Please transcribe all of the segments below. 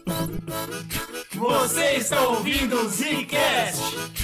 Você está ouvindo o Zcast.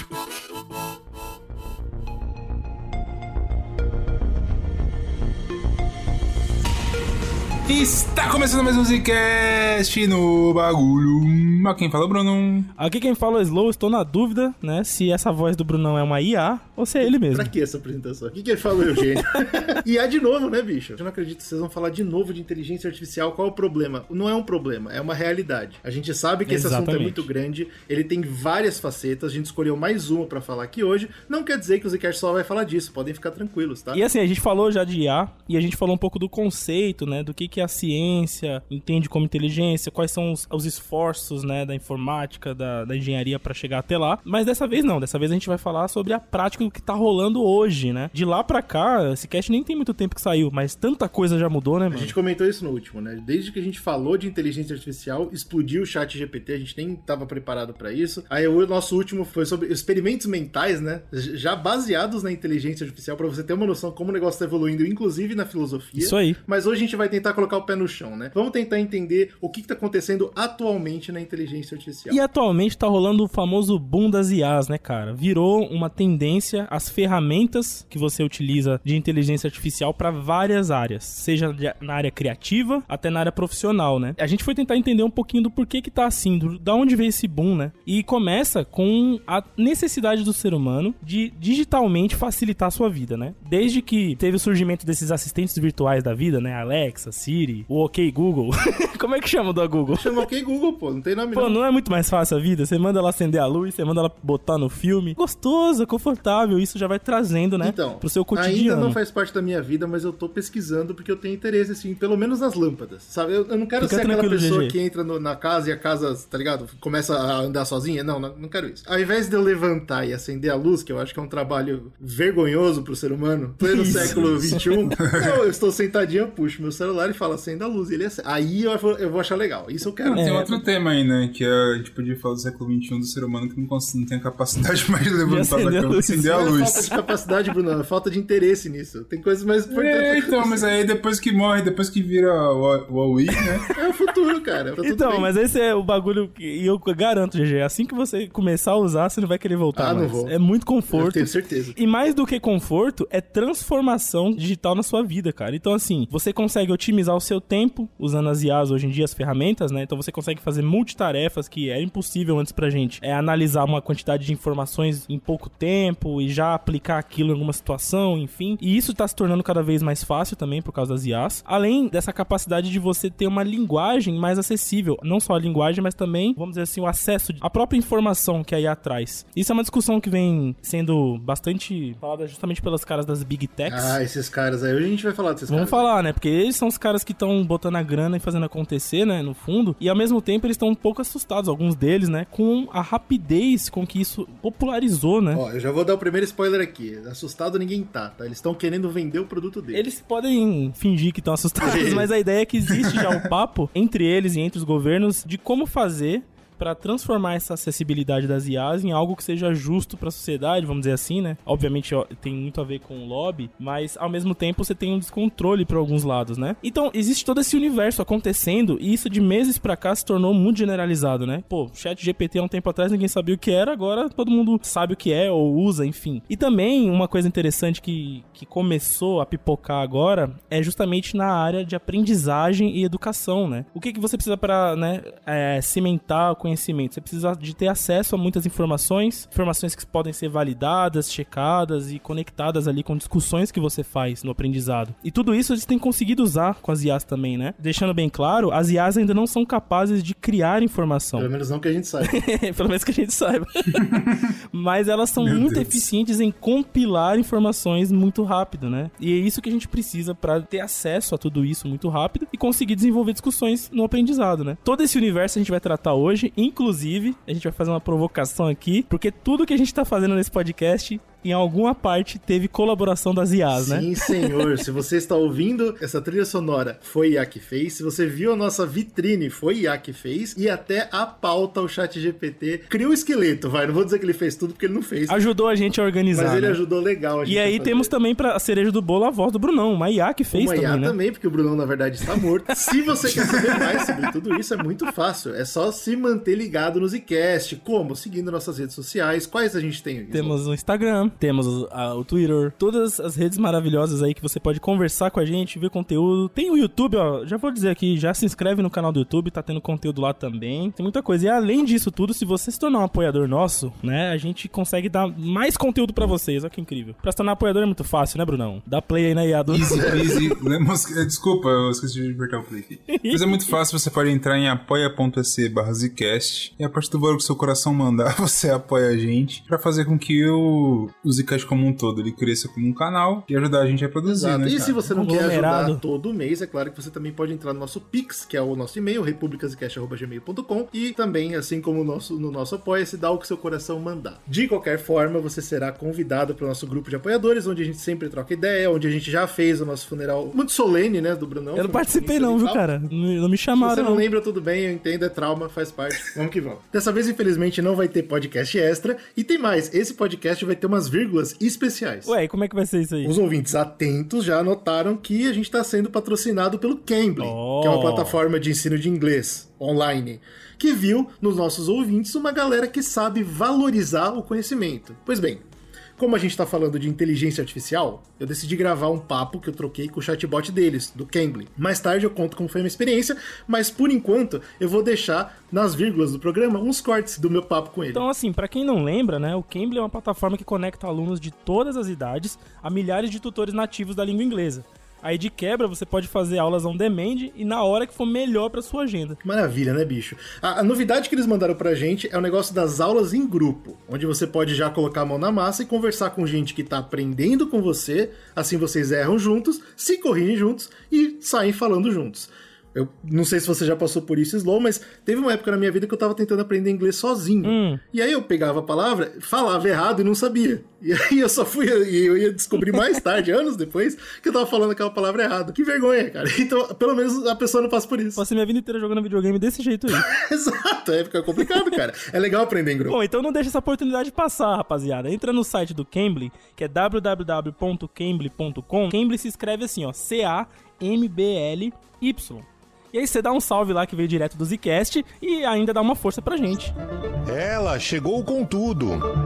Está começando mais um Zcast no bagulho. Aqui quem fala é o Bruno. Aqui quem fala é o Slow. Estou na dúvida, né, se essa voz do Brunão é uma IA ou se é ele mesmo. Pra que essa apresentação? O que ele falou, Eugênio? IA de novo, né, bicho? Eu não acredito que vocês vão falar de novo de inteligência artificial. Qual é o problema? Não é um problema, é uma realidade. A gente sabe que esse assunto é muito grande, ele tem várias facetas, a gente escolheu mais uma pra falar aqui hoje. Não quer dizer que o Zcast só vai falar disso, podem ficar tranquilos, tá? E assim, a gente falou já de IA e a gente falou um pouco do conceito, né, do que a ciência entende como inteligência, quais são os esforços, né, da informática, da engenharia pra chegar até lá. Mas dessa vez não, dessa vez a gente vai falar sobre a prática do que tá rolando hoje, né? De lá pra cá, esse cast nem tem muito tempo que saiu, mas tanta coisa já mudou, né, mano? A gente comentou isso no último, né? Desde que a gente falou de inteligência artificial, explodiu o chat GPT, a gente nem tava preparado pra isso. Aí o nosso último foi sobre experimentos mentais, né? Já baseados na inteligência artificial, pra você ter uma noção como o negócio tá evoluindo, inclusive na filosofia. Isso aí. Mas hoje a gente vai tentar colocar o pé no chão, né? Vamos tentar entender o que tá acontecendo atualmente na inteligência artificial. E atualmente tá rolando o famoso boom das IAs, né, cara? Virou uma tendência as ferramentas que você utiliza de inteligência artificial para várias áreas, seja na área criativa até na área profissional, né? A gente foi tentar entender um pouquinho do porquê que tá assim, da onde veio esse boom, né? E começa com a necessidade do ser humano de digitalmente facilitar a sua vida, né? Desde que teve o surgimento desses assistentes virtuais da vida, né? Alexa, Siri, o OK Google. Como é que chama do Google? Chama OK Google, pô, não tem nome não. Pô, não é muito mais fácil a vida? Você manda ela acender a luz, você manda ela botar no filme. Gostoso, confortável, isso já vai trazendo, né? Então, pro seu cotidiano. Ainda não faz parte da minha vida, mas eu tô pesquisando porque eu tenho interesse, assim, pelo menos nas lâmpadas, sabe? Eu não quero ser aquela pessoa que entra na casa e a casa, tá ligado? Começa a andar sozinha. Não quero isso. Ao invés de eu levantar e acender a luz, que eu acho que é um trabalho vergonhoso pro ser humano, pleno século XXI, eu estou sentadinho, eu puxo meu celular e falo, acenda a luz. E ele acende. Aí eu vou achar legal. Isso eu quero. Tem outro tema aí, né? Que a gente podia falar do século XXI do ser humano que não tem a capacidade mais de levantar da cama e acender a luz. Não é falta de capacidade, Bruno. É falta de interesse nisso. Tem coisas mais importantes. Então, mas aí depois que morre, depois que vira o Huawei, né? É o futuro, cara. Tá então, mas esse é o bagulho que eu garanto, GG. Assim que você começar a usar, você não vai querer voltar mais. Não vou. É muito conforto. Eu tenho certeza. E mais do que conforto, é transformação digital na sua vida, cara. Então, assim, você consegue otimizar o seu tempo usando as IAs hoje em dia, as ferramentas, né? Então você consegue fazer multitarefas que era impossível antes pra gente. É analisar uma quantidade de informações em pouco tempo e já aplicar aquilo em alguma situação, enfim. E isso tá se tornando cada vez mais fácil também por causa das IAs. Além dessa capacidade de você ter uma linguagem mais acessível. Não só a linguagem, mas também, vamos dizer assim, o acesso à própria informação que a IA traz. Isso é uma discussão que vem sendo bastante falada justamente pelos caras das Big Techs. Esses caras aí. Hoje a gente vai falar desses caras. Vamos falar, né? Porque eles são os caras que estão botando a grana e fazendo acontecer, né? No fundo. E ao mesmo tempo eles estão um pouco assustados, alguns deles, né? Com a rapidez com que isso popularizou, né? Ó, eu já vou dar o primeiro spoiler aqui. Assustado ninguém tá? Eles estão querendo vender o produto deles. Eles podem fingir que estão assustados, mas a ideia é que existe já um papo entre eles e entre os governos de como fazer para transformar essa acessibilidade das IAs em algo que seja justo para a sociedade, vamos dizer assim, né? Obviamente tem muito a ver com o lobby, mas ao mesmo tempo você tem um descontrole por alguns lados, né? Então existe todo esse universo acontecendo e isso de meses pra cá se tornou muito generalizado, né? Pô, chat GPT há um tempo atrás ninguém sabia o que era, agora todo mundo sabe o que é ou usa, enfim. E também uma coisa interessante que começou a pipocar agora é justamente na área de aprendizagem e educação, né? O que você precisa para, né, cimentar o conhecimento? Você precisa de ter acesso a muitas informações que podem ser validadas, checadas e conectadas ali com discussões que você faz no aprendizado. E tudo isso eles têm conseguido usar com as IAs também, né? Deixando bem claro, as IAs ainda não são capazes de criar informação. Pelo menos não que a gente saiba. Pelo menos que a gente saiba. Mas elas são muito eficientes em compilar informações muito rápido, né? E é isso que a gente precisa para ter acesso a tudo isso muito rápido e conseguir desenvolver discussões no aprendizado, né? Todo esse universo a gente vai tratar hoje. Inclusive, a gente vai fazer uma provocação aqui, porque tudo que a gente tá fazendo nesse podcast em alguma parte teve colaboração das IAs, né? Sim, senhor. Se você está ouvindo essa trilha sonora, foi IA que fez. Se você viu a nossa vitrine, foi IA que fez. E até a pauta, o ChatGPT criou o esqueleto, vai. Não vou dizer que ele fez tudo, porque ele não fez. Ajudou a gente a organizar. Mas ele né? ajudou legal a gente. E aí temos também pra cereja do bolo a voz do Brunão, uma IA que fez também, Uma IA também, porque o Brunão, na verdade, está morto. Se você quer saber mais sobre tudo isso, é muito fácil. É só se manter ligado no Zcast. Como? Seguindo nossas redes sociais. Quais a gente tem? Temos o Instagram, temos o Twitter, todas as redes maravilhosas aí que você pode conversar com a gente, ver conteúdo. Tem o YouTube, ó, já vou dizer aqui, já se inscreve no canal do YouTube, tá tendo conteúdo lá também. Tem muita coisa. E além disso tudo, se você se tornar um apoiador nosso, né, a gente consegue dar mais conteúdo pra vocês. Olha que incrível. Pra se tornar apoiador é muito fácil, né, Brunão? Dá play aí na IA do... Easy. Desculpa, eu esqueci de apertar o play aqui. Mas é muito fácil, você pode entrar em apoia.se/Zcast e a partir do valor que seu coração mandar, você apoia a gente pra fazer com que o Zcast como um todo, ele cresça como um canal e ajudar a gente a produzir, Exato. né, E cara? se você não quer ajudar todo mês, é claro que você também pode entrar no nosso Pix, que é o nosso e-mail, republicascast@gmail.com, e também, assim como no nosso Apoia-se, dá o que seu coração mandar. De qualquer forma, você será convidado para o nosso grupo de apoiadores, onde a gente sempre troca ideia, onde a gente já fez o nosso funeral muito solene, né, do Brunão. Eu não participei não, viu, cara? Não me chamaram. Se você não lembra, tudo bem, eu entendo, é trauma, faz parte. Vamos que vamos. Dessa vez, infelizmente, não vai ter podcast extra, e tem mais, esse podcast vai ter umas vírgulas especiais. Ué, e como é que vai ser isso aí? Os ouvintes atentos já notaram que a gente está sendo patrocinado pelo Cambly, que é uma plataforma de ensino de inglês online, que viu nos nossos ouvintes uma galera que sabe valorizar o conhecimento. Pois bem, como a gente está falando de inteligência artificial, eu decidi gravar um papo que eu troquei com o chatbot deles, do Cambly. Mais tarde eu conto como foi a minha experiência, mas por enquanto eu vou deixar nas vírgulas do programa uns cortes do meu papo com ele. Então, assim, pra quem não lembra, né, o Cambly é uma plataforma que conecta alunos de todas as idades a milhares de tutores nativos da língua inglesa. Aí de quebra você pode fazer aulas on demand e na hora que for melhor pra sua agenda. Maravilha, né, bicho? A novidade que eles mandaram pra gente é o negócio das aulas em grupo, onde você pode já colocar a mão na massa e conversar com gente que tá aprendendo com você, assim vocês erram juntos, se corrigem juntos e saem falando juntos. Eu não sei se você já passou por isso, Slow, mas teve uma época na minha vida que eu tava tentando aprender inglês sozinho. E aí eu pegava a palavra, falava errado e não sabia. E aí eu ia descobrir mais tarde, anos depois, que eu tava falando aquela palavra errada. Que vergonha, cara. Então, pelo menos a pessoa não passa por isso. Passei minha vida inteira jogando videogame desse jeito aí. Exato, fica complicado, cara. É legal aprender em grupo. Bom, então não deixa essa oportunidade passar, rapaziada. Entra no site do Cambly, que é www.cambly.com. Cambly se escreve assim, ó, CAMBLY. E aí você dá um salve lá que veio direto do Zcast e ainda dá uma força pra gente. Ela chegou com tudo.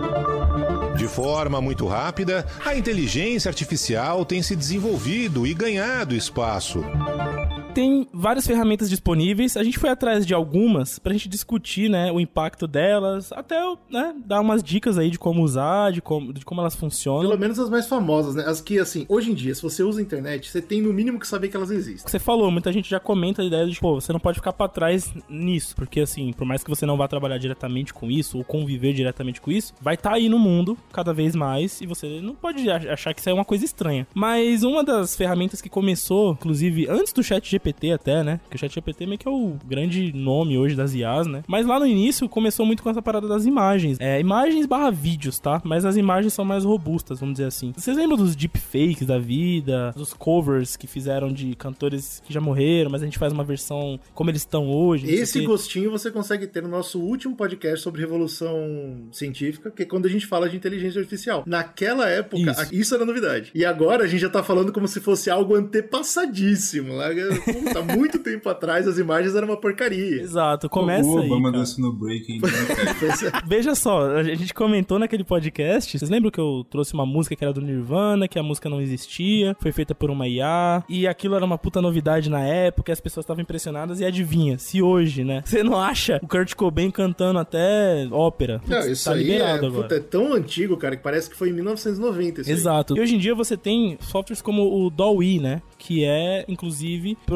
De forma muito rápida, a inteligência artificial tem se desenvolvido e ganhado espaço. Tem várias ferramentas disponíveis, a gente foi atrás de algumas pra gente discutir, né, o impacto delas, até, né, dar umas dicas aí de como usar, de como elas funcionam. Pelo menos as mais famosas, né, as que, assim, hoje em dia, se você usa a internet, você tem no mínimo que saber que elas existem. Você falou, muita gente já comenta a ideia de, pô, você não pode ficar pra trás nisso, porque, assim, por mais que você não vá trabalhar diretamente com isso, ou conviver diretamente com isso, vai estar aí no mundo, cada vez mais, e você não pode achar que isso é uma coisa estranha. Mas uma das ferramentas que começou, inclusive, antes do ChatGPT até, né? Porque o ChatGPT meio que é o grande nome hoje das IAs, né? Mas lá no início começou muito com essa parada das imagens. Imagens / vídeos, tá? Mas as imagens são mais robustas, vamos dizer assim. Vocês lembram dos deepfakes da vida? Dos covers que fizeram de cantores que já morreram, mas a gente faz uma versão como eles estão hoje? Esse gostinho você consegue ter no nosso último podcast sobre revolução científica, que é quando a gente fala de inteligência artificial. Naquela época, isso era novidade. E agora a gente já tá falando como se fosse algo antepassadíssimo. Há muito tempo atrás as imagens eram uma porcaria. Exato, começa aí, Obama dançando no break ainda, né, cara? Veja só, a gente comentou naquele podcast, vocês lembram que eu trouxe uma música que era do Nirvana, que a música não existia, foi feita por uma IA, e aquilo era uma puta novidade na época, e as pessoas estavam impressionadas, e adivinha, se hoje, né, você não acha o Kurt Cobain cantando até ópera? Não, isso tá liberado agora. É tão antigo, cara, que parece que foi em 1990 isso. Exato. E hoje em dia você tem softwares como o DALL-E, né, que é, inclusive,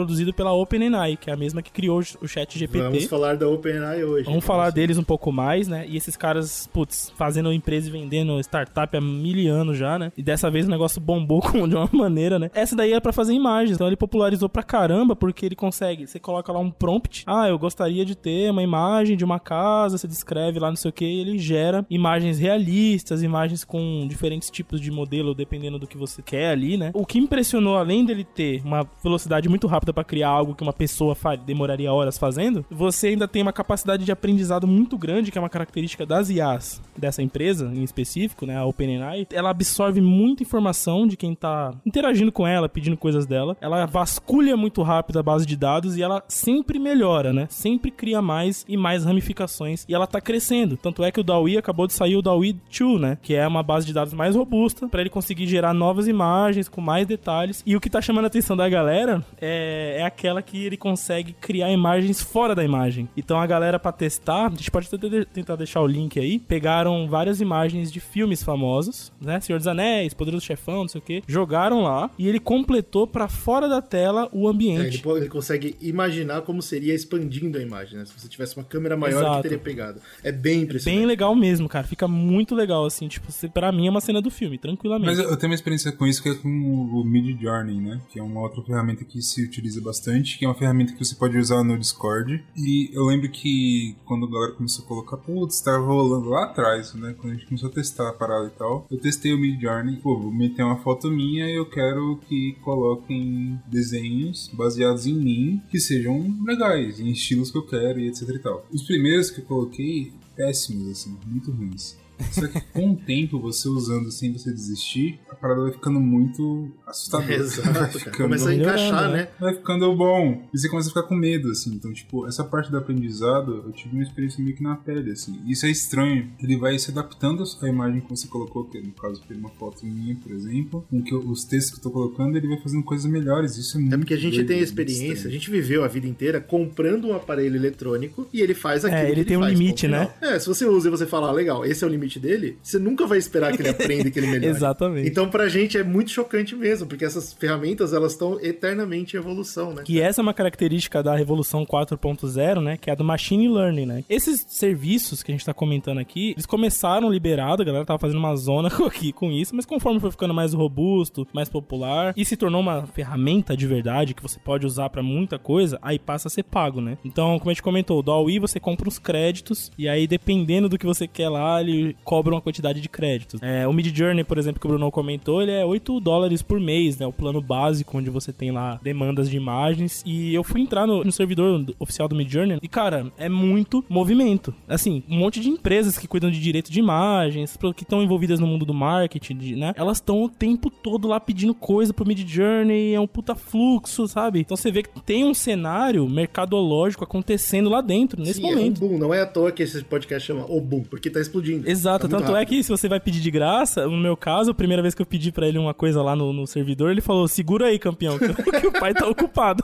produzido pela OpenAI, que é a mesma que criou o ChatGPT. Vamos falar da OpenAI hoje. Vamos falar deles um pouco mais, né? E esses caras, putz, fazendo empresa e vendendo startup há 1000 anos já, né? E dessa vez o negócio bombou de uma maneira, né? Essa daí é pra fazer imagens, então ele popularizou pra caramba, porque ele consegue, você coloca lá um prompt, eu gostaria de ter uma imagem de uma casa, você descreve lá não sei o que, e ele gera imagens realistas, imagens com diferentes tipos de modelo, dependendo do que você quer ali, né? O que impressionou, além dele ter uma velocidade muito rápida pra criar algo que uma pessoa demoraria horas fazendo, você ainda tem uma capacidade de aprendizado muito grande, que é uma característica das IAs dessa empresa, em específico, né, a OpenAI. Ela absorve muita informação de quem tá interagindo com ela, pedindo coisas dela. Ela vasculha muito rápido a base de dados e ela sempre melhora, né? Sempre cria mais e mais ramificações e ela tá crescendo. Tanto é que o DALL-E acabou de sair o DALL-E 2, né? Que é uma base de dados mais robusta para ele conseguir gerar novas imagens com mais detalhes. E o que tá chamando a atenção da galera é aquela que ele consegue criar imagens fora da imagem. Então a galera, pra testar, a gente pode tentar deixar o link aí, pegaram várias imagens de filmes famosos, né? Senhor dos Anéis, Poderoso Chefão, não sei o que, jogaram lá e ele completou pra fora da tela o ambiente. Ele consegue imaginar como seria expandindo a imagem, né? Se você tivesse uma câmera maior que teria pegado. É bem impressionante. Bem legal mesmo, cara. Fica muito legal, assim, tipo, pra mim é uma cena do filme, tranquilamente. Mas eu tenho uma experiência com isso que é com o Midjourney, né? Que é uma outra ferramenta que se utiliza bastante, que é uma ferramenta que você pode usar no Discord. E eu lembro que quando a galera começou a colocar, putz, tava rolando lá atrás, né? Quando a gente começou a testar a parada e tal, eu testei o Midjourney. Pô, vou meter uma foto minha e eu quero que coloquem desenhos baseados em mim que sejam legais, em estilos que eu quero e etc e tal. Os primeiros que eu coloquei, péssimos, assim, muito ruins. Só que com o tempo, você usando sem você desistir, a parada vai ficando muito assustadora. Exato, cara. Começa a encaixar, né? Vai ficando bom. E você começa a ficar com medo, assim. Então, tipo, essa parte do aprendizado, eu tive uma experiência meio que na pele, assim. Isso é estranho. Ele vai se adaptando à imagem que você colocou, que no caso foi uma foto minha, por exemplo, com que os textos que eu tô colocando, ele vai fazendo coisas melhores. Isso é muito porque a gente tem a experiência, a gente viveu a vida inteira comprando um aparelho eletrônico e ele faz aquilo que ele tem um limite, né? Se você usa e você fala, legal, esse é o limite dele, você nunca vai esperar que ele aprenda e que ele melhore. Exatamente. Então pra gente é muito chocante mesmo, porque essas ferramentas, elas estão eternamente em evolução, né? Que essa é uma característica da Revolução 4.0, né? Que é a do Machine Learning, né? Esses serviços que a gente tá comentando aqui, eles começaram liberado, a galera tava fazendo uma zona aqui com isso, mas conforme foi ficando mais robusto, mais popular, e se tornou uma ferramenta de verdade, que você pode usar pra muita coisa, aí passa a ser pago, né? Então, como a gente comentou, o DALL-E você compra os créditos, e aí dependendo do que você quer lá, ele cobra uma quantidade de créditos. O Midjourney, por exemplo, que o Bruno comentou, ele é $8 por mês, né? O plano básico, onde você tem lá demandas de imagens. E eu fui entrar no servidor oficial do Midjourney e, cara, é muito movimento. Assim, um monte de empresas que cuidam de direito de imagens, que estão envolvidas no mundo do marketing, né? Elas estão o tempo todo lá pedindo coisa pro Midjourney, é um puta fluxo, sabe? Então você vê que tem um cenário mercadológico acontecendo lá dentro, nesse momento. É um boom, não é à toa que esse podcast chama O Boom, porque tá explodindo. Exato, tá tanto é que se você vai pedir de graça, no meu caso, a primeira vez que eu pedi pra ele uma coisa lá no servidor, ele falou, segura aí, campeão, que o pai tá ocupado.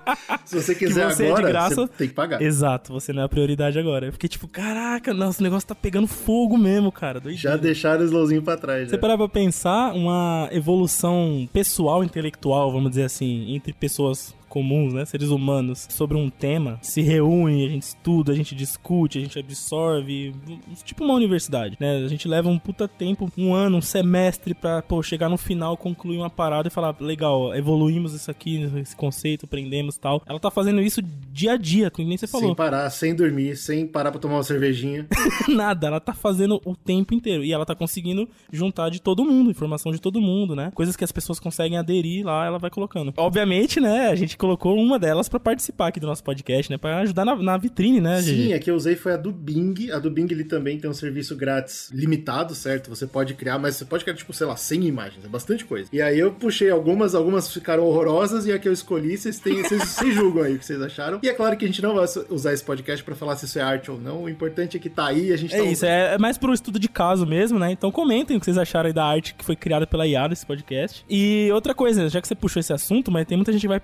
Se você quiser você agora, é de graça, você tem que pagar. Exato, você não é a prioridade agora. Eu fiquei tipo, caraca, nossa, o negócio tá pegando fogo mesmo, cara. Doideira. Já deixaram o slowzinho pra trás. Você parar pra pensar, uma evolução pessoal, intelectual, vamos dizer assim, entre pessoas comuns, né, seres humanos, sobre um tema, se reúne, a gente estuda, a gente discute, a gente absorve, tipo uma universidade, né, a gente leva um puta tempo, um ano, um semestre pra, chegar no final, concluir uma parada e falar, legal, evoluímos isso aqui, esse conceito, aprendemos e tal. Ela tá fazendo isso dia a dia, como nem você falou. Sem parar, sem dormir, sem parar pra tomar uma cervejinha. Nada, ela tá fazendo o tempo inteiro, e ela tá conseguindo juntar de todo mundo, informação de todo mundo, né, coisas que as pessoas conseguem aderir lá, ela vai colocando. Obviamente, né, a gente colocou uma delas pra participar aqui do nosso podcast, né? Pra ajudar na vitrine, né, Sim, a que eu usei foi a do Bing. A do Bing, ele também tem um serviço grátis limitado, certo? Você pode criar, mas você pode criar, tipo, sei lá, 100 imagens. É bastante coisa. E aí eu puxei algumas ficaram horrorosas, e a que eu escolhi, vocês julgam aí o que vocês acharam. E é claro que a gente não vai usar esse podcast pra falar se isso é arte ou não. O importante é que tá aí, a gente tá usando. Isso, é mais pro estudo de caso mesmo, né? Então comentem o que vocês acharam aí da arte que foi criada pela IA desse podcast. E outra coisa, já que você puxou esse assunto, mas tem muita gente que vai perguntar,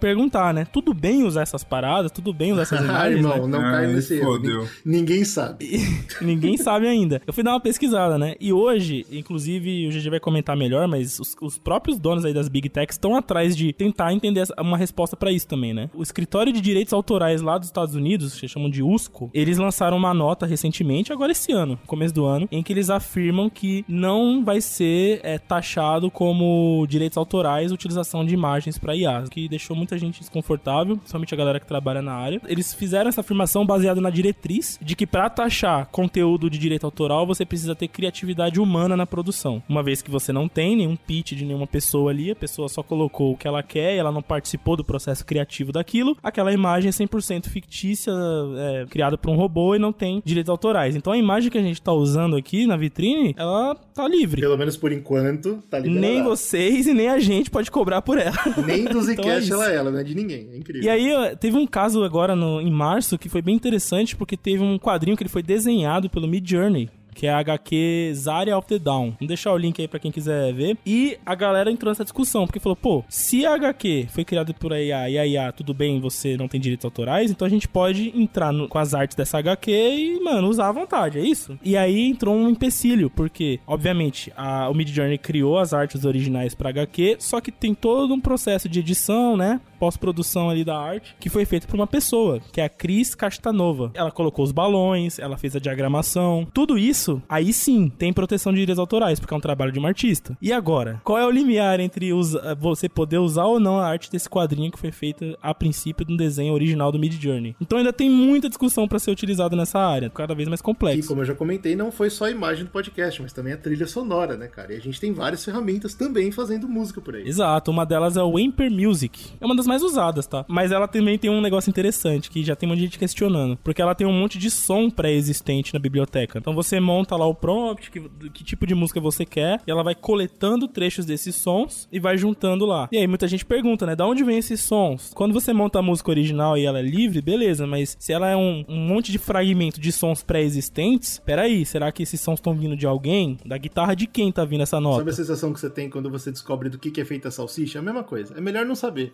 usar, né? Tudo bem usar essas paradas, tudo bem usar essas imagens, irmão, né? não cai nesse erro. Ninguém sabe. Ninguém sabe ainda. Eu fui dar uma pesquisada, né? E hoje, inclusive, o GG vai comentar melhor, mas os próprios donos aí das Big Techs estão atrás de tentar entender uma resposta pra isso também, né? O escritório de direitos autorais lá dos Estados Unidos, que chamam de USCO, eles lançaram uma nota recentemente, agora esse ano, começo do ano, em que eles afirmam que não vai ser taxado como direitos autorais a utilização de imagens pra IA, que deixou muita gente desconfortável, principalmente a galera que trabalha na área. Eles fizeram essa afirmação baseada na diretriz de que pra taxar conteúdo de direito autoral, você precisa ter criatividade humana na produção. Uma vez que você não tem nenhum pitch de nenhuma pessoa ali, a pessoa só colocou o que ela quer e ela não participou do processo criativo daquilo, aquela imagem é 100% fictícia, criada por um robô e não tem direitos autorais. Então a imagem que a gente tá usando aqui na vitrine, ela tá livre. Pelo menos por enquanto, tá livre. Nem vocês e nem a gente pode cobrar por ela. Nem do Zcast então ela, não é de ninguém. É incrível. E aí, teve um caso agora em março que foi bem interessante, porque teve um quadrinho que ele foi desenhado pelo Midjourney, que é a HQ Zarya of the Dawn. Vou deixar o link aí pra quem quiser ver. E a galera entrou nessa discussão, porque falou, pô, se a HQ foi criada por IA e a IA, tudo bem, você não tem direitos autorais, então a gente pode entrar com as artes dessa HQ e, mano, usar à vontade, é isso? E aí entrou um empecilho, porque, obviamente, o Midjourney criou as artes originais pra HQ, só que tem todo um processo de edição, né? Pós-produção ali da arte, que foi feito por uma pessoa, que é a Cris Castanova. Ela colocou os balões, ela fez a diagramação, tudo isso, aí sim, tem proteção de direitos autorais, porque é um trabalho de uma artista. E agora, qual é o limiar entre você poder usar ou não a arte desse quadrinho que foi feita a princípio de um desenho original do Midjourney? Então ainda tem muita discussão para ser utilizada nessa área, cada vez mais complexo. E como eu já comentei, não foi só a imagem do podcast, mas também a trilha sonora, né, cara? E a gente tem várias ferramentas também fazendo música por aí. Exato, uma delas é o Whisper Music. É uma das mais usadas, tá? Mas ela também tem um negócio interessante, que já tem muita gente questionando, porque ela tem um monte de som pré-existente na biblioteca. Então você monta lá o prompt, que tipo de música você quer, e ela vai coletando trechos desses sons e vai juntando lá. E aí muita gente pergunta, né? Da onde vem esses sons? Quando você monta a música original e ela é livre, beleza, mas se ela é um monte de fragmento de sons pré-existentes, peraí, será que esses sons estão vindo de alguém? Da guitarra de quem tá vindo essa nota? Sabe a sensação que você tem quando você descobre do que é feita a salsicha? É a mesma coisa. É melhor não saber.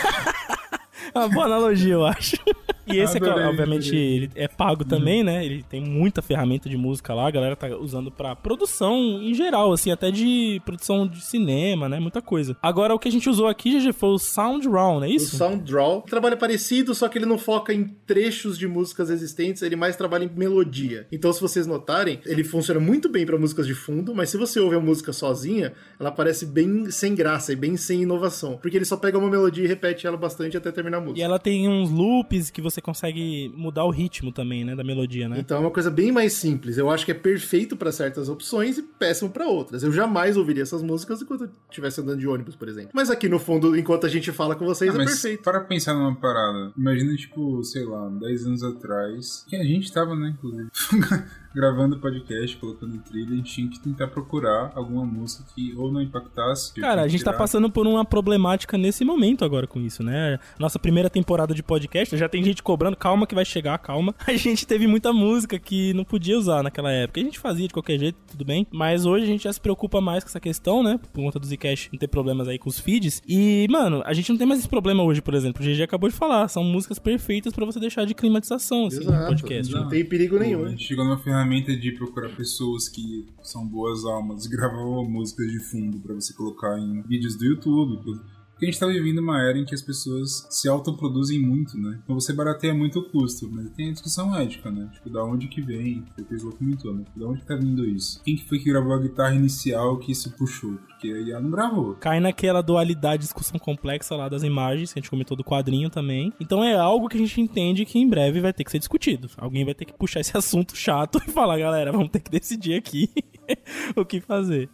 Uma boa analogia, eu acho. E esse, obviamente, ele é pago também, né? Ele tem muita ferramenta de música lá, a galera tá usando pra produção em geral, assim, até de produção de cinema, né? Muita coisa. Agora, o que a gente usou aqui, GG, foi o SoundDraw, não é isso? O SoundDraw. Trabalho é parecido, só que ele não foca em trechos de músicas existentes, ele mais trabalha em melodia. Então, se vocês notarem, ele funciona muito bem pra músicas de fundo, mas se você ouve a música sozinha, ela parece bem sem graça e bem sem inovação. Porque ele só pega uma melodia e repete ela bastante até terminar a música. E ela tem uns loops que você consegue mudar o ritmo também, né, da melodia, né? Então é uma coisa bem mais simples. Eu acho que é perfeito pra certas opções e péssimo pra outras. Eu jamais ouviria essas músicas enquanto eu estivesse andando de ônibus, por exemplo. Mas aqui no fundo, enquanto a gente fala com vocês, é perfeito. Para pensar numa parada. Imagina, tipo, sei lá, 10 anos atrás, que a gente tava, né, inclusive, gravando podcast, colocando trilha, a gente tinha que tentar procurar alguma música que ou não impactasse. Cara, a gente tá passando por uma problemática nesse momento agora com isso, né? Nossa primeira temporada de podcast, já tem gente cobrando, calma que vai chegar, calma. A gente teve muita música que não podia usar naquela época. A gente fazia de qualquer jeito, tudo bem. Mas hoje a gente já se preocupa mais com essa questão, né? Por conta do Zcast não ter problemas aí com os feeds. E, mano, a gente não tem mais esse problema hoje, por exemplo. O GG acabou de falar, são músicas perfeitas pra você deixar de climatização, assim, no podcast. Não tem perigo nenhum. A gente chegou numa ferramenta de procurar pessoas que são boas almas e gravavam músicas de fundo pra você colocar em vídeos do YouTube. Porque a gente tá vivendo uma era em que as pessoas se autoproduzem muito, né? Então você barateia muito o custo, mas tem a discussão ética, né? Tipo, da onde que vem? Foi o que o Slow comentou, né? Da onde que tá vindo isso? Quem que foi que gravou a guitarra inicial que isso puxou? Porque a IA não gravou. Cai naquela dualidade, discussão complexa lá das imagens, que a gente comentou do quadrinho também. Então é algo que a gente entende que em breve vai ter que ser discutido. Alguém vai ter que puxar esse assunto chato e falar, galera, vamos ter que decidir aqui o que fazer.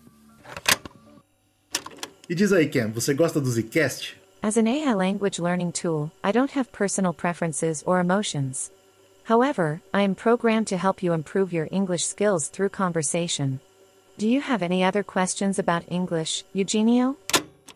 E diz aí, Cam, você gosta do Zcast? As an AI language learning tool, I don't have personal preferences or emotions. However, I am programmed to help you improve your English skills through conversation. Do you have any other questions about English, Eugenio?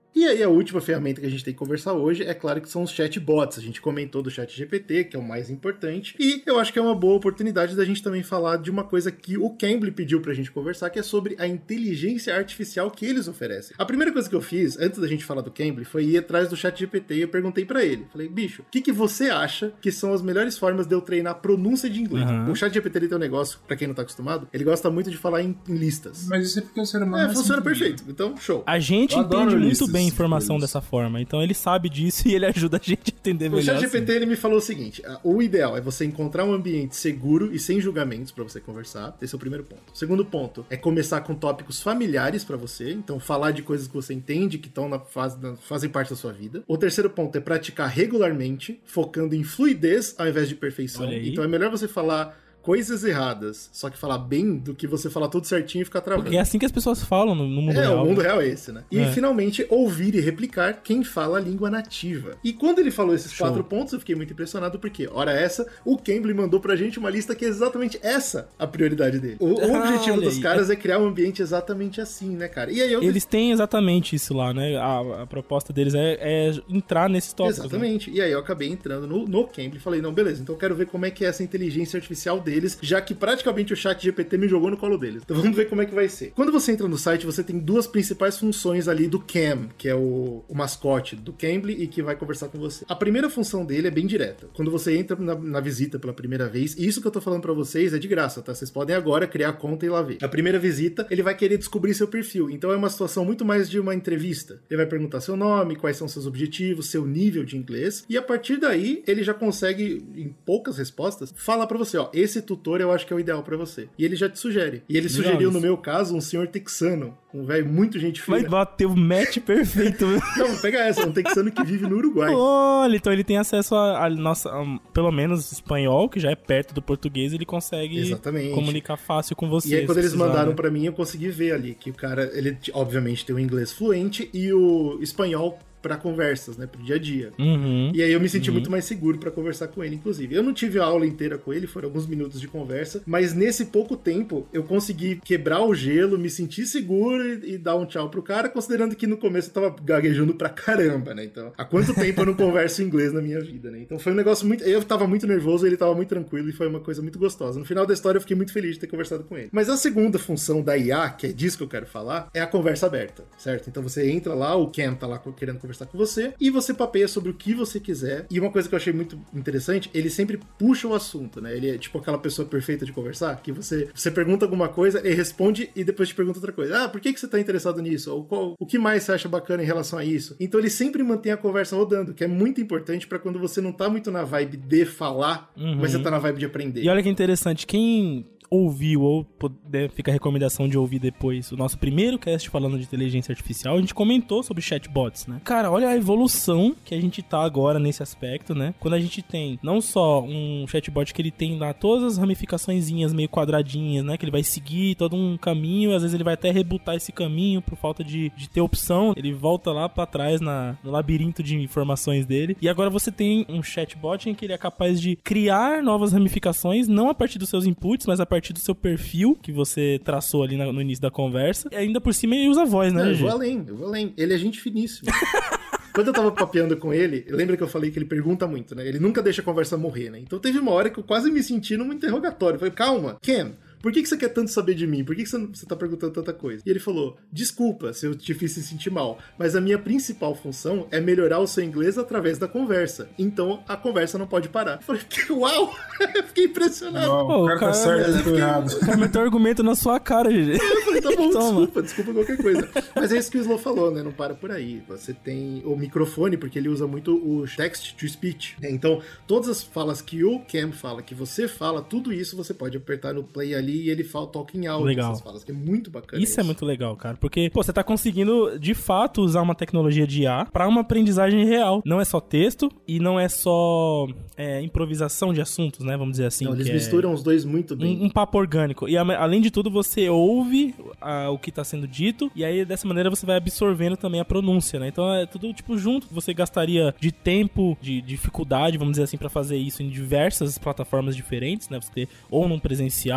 E aí a última ferramenta que a gente tem que conversar hoje, é claro que são os chatbots. A gente comentou do ChatGPT, que é o mais importante, e eu acho que é uma boa oportunidade da gente também falar de uma coisa que o Cambly pediu pra gente conversar, que é sobre a inteligência artificial que eles oferecem. A primeira coisa que eu fiz, antes da gente falar do Cambly, foi ir atrás do ChatGPT e eu perguntei pra ele. Falei, bicho, o que você acha que são as melhores formas de eu treinar a pronúncia de inglês? O ChatGPT, ele tem um negócio, pra quem não tá acostumado, ele gosta muito de falar em listas. Mas isso é porque o ser humano funciona perfeito. Então, show. A gente entende muito bem a informação dessa forma, então ele sabe disso e ele ajuda a gente a entender melhor. O ChatGPT, ele me falou o seguinte, o ideal é você encontrar um ambiente seguro e sem julgamentos pra você conversar. Esse é o primeiro ponto. O segundo ponto é começar com tópicos familiares pra você, então falar de coisas que você entende, que estão fazem parte da sua vida. O terceiro ponto é praticar regularmente, focando em fluidez ao invés de perfeição. Então é melhor você falar coisas erradas, só que falar bem do que você falar tudo certinho e ficar travando. Porque é assim que as pessoas falam no mundo real. O mundo real é esse, né? E finalmente ouvir e replicar quem fala a língua nativa. E quando ele falou esses 4 pontos, eu fiquei muito impressionado porque, ora essa, o Cambly mandou pra gente uma lista que é exatamente essa a prioridade dele. O objetivo dos caras é criar um ambiente exatamente assim, né, cara? E aí eles têm exatamente isso lá, né? A proposta deles é entrar nesses tópicos. Exatamente. Né? E aí eu acabei entrando no Cambly e falei, não, beleza, então eu quero ver como é que é essa inteligência artificial deles, já que praticamente o ChatGPT me jogou no colo deles. Então vamos ver como é que vai ser. Quando você entra no site, você tem 2 principais funções ali do Cam, que é o mascote do Cambly e que vai conversar com você. A primeira função dele é bem direta. Quando você entra na visita pela primeira vez, e isso que eu tô falando pra vocês é de graça, tá? Vocês podem agora criar a conta e lá ver. Na primeira visita, ele vai querer descobrir seu perfil. Então é uma situação muito mais de uma entrevista. Ele vai perguntar seu nome, quais são seus objetivos, seu nível de inglês, e a partir daí, ele já consegue, em poucas respostas, falar pra você, ó, esse tutor eu acho que é o ideal pra você. E ele já te sugere. E ele sugeriu, no meu caso, um senhor texano. Um velho muito gente fina. Vai bater o match perfeito. Não, pega essa. Um texano que vive no Uruguai. Olha, então ele tem acesso a nossa... pelo menos espanhol, que já é perto do português, ele consegue comunicar fácil com você. E aí, quando eles mandaram pra mim, eu consegui ver ali que o cara, ele obviamente tem o inglês fluente e o espanhol pra conversas, né, pro dia a dia. E aí eu me senti muito mais seguro pra conversar com ele, inclusive. Eu não tive a aula inteira com ele, foram alguns minutos de conversa, mas nesse pouco tempo eu consegui quebrar o gelo, me sentir seguro e dar um tchau pro cara, considerando que no começo eu tava gaguejando pra caramba, né, então há quanto tempo eu não converso inglês na minha vida, né, então foi um negócio muito... Eu tava muito nervoso, ele tava muito tranquilo e foi uma coisa muito gostosa. No final da história eu fiquei muito feliz de ter conversado com ele. Mas a segunda função da IA, que é disso que eu quero falar, é a conversa aberta, certo? Então você entra lá, o Cam tá lá querendo conversar com você, e você papeia sobre o que você quiser. E uma coisa que eu achei muito interessante, ele sempre puxa o assunto, né? Ele é tipo aquela pessoa perfeita de conversar, que você pergunta alguma coisa, ele responde e depois te pergunta outra coisa. Ah, por que você tá interessado nisso? Ou o que mais você acha bacana em relação a isso? Então ele sempre mantém a conversa rodando, que é muito importante pra quando você não tá muito na vibe de falar, mas você tá na vibe de aprender. E olha que interessante, quem ouviu ou fica a recomendação de ouvir depois o nosso primeiro cast falando de inteligência artificial, a gente comentou sobre chatbots, né? Cara, olha a evolução que a gente tá agora nesse aspecto, né? Quando a gente tem não só um chatbot que ele tem lá todas as ramificaçõezinhas meio quadradinhas, né? Que ele vai seguir todo um caminho, às vezes ele vai até rebutar esse caminho por falta de ter opção, ele volta lá pra trás no labirinto de informações dele. E agora você tem um chatbot em que ele é capaz de criar novas ramificações, não a partir dos seus inputs, mas a partir do seu perfil que você traçou ali no início da conversa. E ainda por cima ele usa a voz, né? Não, eu vou além. Ele é gente finíssima. Quando eu tava papeando com ele, lembra que eu falei que ele pergunta muito, né? Ele nunca deixa a conversa morrer, né? Então teve uma hora que eu quase me senti num interrogatório. Eu falei, calma, Ken, por que você quer tanto saber de mim? Por que você tá perguntando tanta coisa? E ele falou, desculpa se eu te fiz se sentir mal, mas a minha principal função é melhorar o seu inglês através da conversa. Então, a conversa não pode parar. Eu falei, uau! Fiquei impressionado. Não, o cara tá certo, eu tô errado. O cara meteu argumento na sua cara, gente. Eu falei, tá bom, desculpa qualquer coisa. Mas é isso que o Slow falou, né? Não para por aí. Você tem o microfone, porque ele usa muito o text to speech. Então, todas as falas que o Cam fala, que você fala, tudo isso você pode apertar no play ali e ele toca em áudio essas falas, que é muito bacana. Isso é muito legal, cara, porque você tá conseguindo, de fato, usar uma tecnologia de IA pra uma aprendizagem real. Não é só texto e não é só improvisação de assuntos, né, vamos dizer assim. Não, eles misturam os dois muito bem. Um papo orgânico. E além de tudo, você ouve o que tá sendo dito e aí, dessa maneira, você vai absorvendo também a pronúncia, né? Então, é tudo, tipo, junto. Você gastaria de tempo, de dificuldade, vamos dizer assim, pra fazer isso em diversas plataformas diferentes, né? Você ter ou num presencial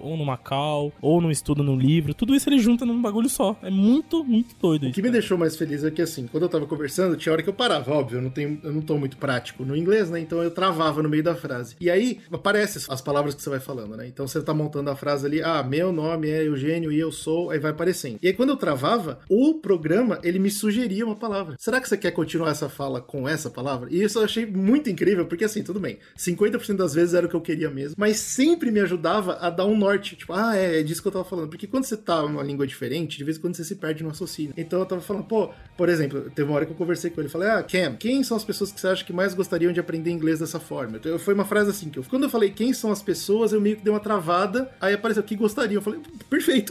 ou numa call, ou num estudo no livro. Tudo isso ele junta num bagulho só. É muito, muito doido isso. O que me deixou mais feliz é que, assim, quando eu tava conversando, tinha hora que eu parava, óbvio, eu não tô muito prático no inglês, né? Então eu travava no meio da frase. E aí, aparecem as palavras que você vai falando, né? Então você tá montando a frase ali, meu nome é Eugênio e eu sou, aí vai aparecendo. E aí quando eu travava, o programa, ele me sugeria uma palavra. Será que você quer continuar essa fala com essa palavra? E isso eu achei muito incrível, porque assim, tudo bem, 50% das vezes era o que eu queria mesmo, mas sempre me ajudava a dar um norte, tipo, é disso que eu tava falando, porque quando você tá numa língua diferente, de vez em quando você se perde no raciocínio. Então eu tava falando, por exemplo, teve uma hora que eu conversei com ele, falei, Cam, quem são as pessoas que você acha que mais gostariam de aprender inglês dessa forma? Então, foi uma frase assim, quando eu falei quem são as pessoas, eu meio que dei uma travada, aí apareceu que gostariam, eu falei, perfeito,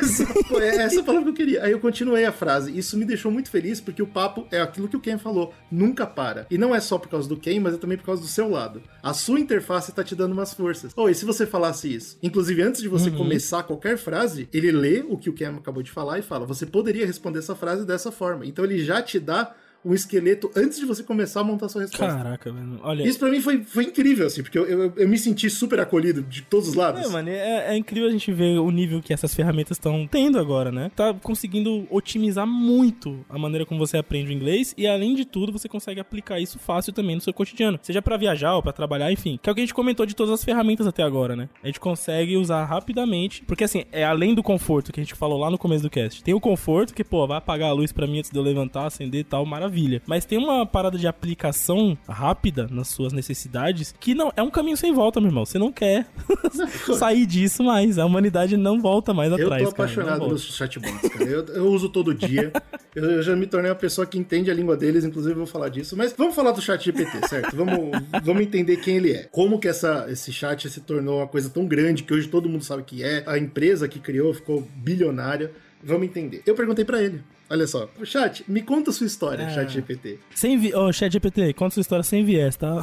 é essa palavra que eu queria. Aí eu continuei a frase, isso me deixou muito feliz, porque o papo é aquilo que o Ken falou, nunca para. E não é só por causa do Ken, mas é também por causa do seu lado. A sua interface tá te dando umas forças. E se você falasse isso? Inclusive, antes de você começar qualquer frase, ele lê o que o Ken acabou de falar e fala, você poderia responder essa frase dessa forma. Então ele já te dá um esqueleto antes de você começar a montar a sua resposta. Caraca, mano. Olha... Isso pra mim foi incrível, assim, porque eu me senti super acolhido de todos os lados. Mano, é incrível a gente ver o nível que essas ferramentas estão tendo agora, né? Tá conseguindo otimizar muito a maneira como você aprende o inglês e, além de tudo, você consegue aplicar isso fácil também no seu cotidiano. Seja pra viajar ou pra trabalhar, enfim. Que é o que a gente comentou de todas as ferramentas até agora, né? A gente consegue usar rapidamente, porque assim, é além do conforto que a gente falou lá no começo do cast. Tem o conforto que, vai apagar a luz pra mim antes de eu levantar, acender e tal, maravilha. Mas tem uma parada de aplicação rápida nas suas necessidades que não é um caminho sem volta, meu irmão. Você não quer sair disso mais. A humanidade não volta mais atrás. Eu tô apaixonado nos chatbots, cara. Eu uso todo dia. Eu já me tornei uma pessoa que entende a língua deles, inclusive eu vou falar disso. Mas vamos falar do ChatGPT, certo? Vamos entender quem ele é. Como que esse chat se tornou uma coisa tão grande que hoje todo mundo sabe que é. A empresa que criou ficou bilionária. Vamos entender. Eu perguntei pra ele. Olha só, chat, me conta a sua história, ChatGPT. ChatGPT, conta a sua história sem viés, tá?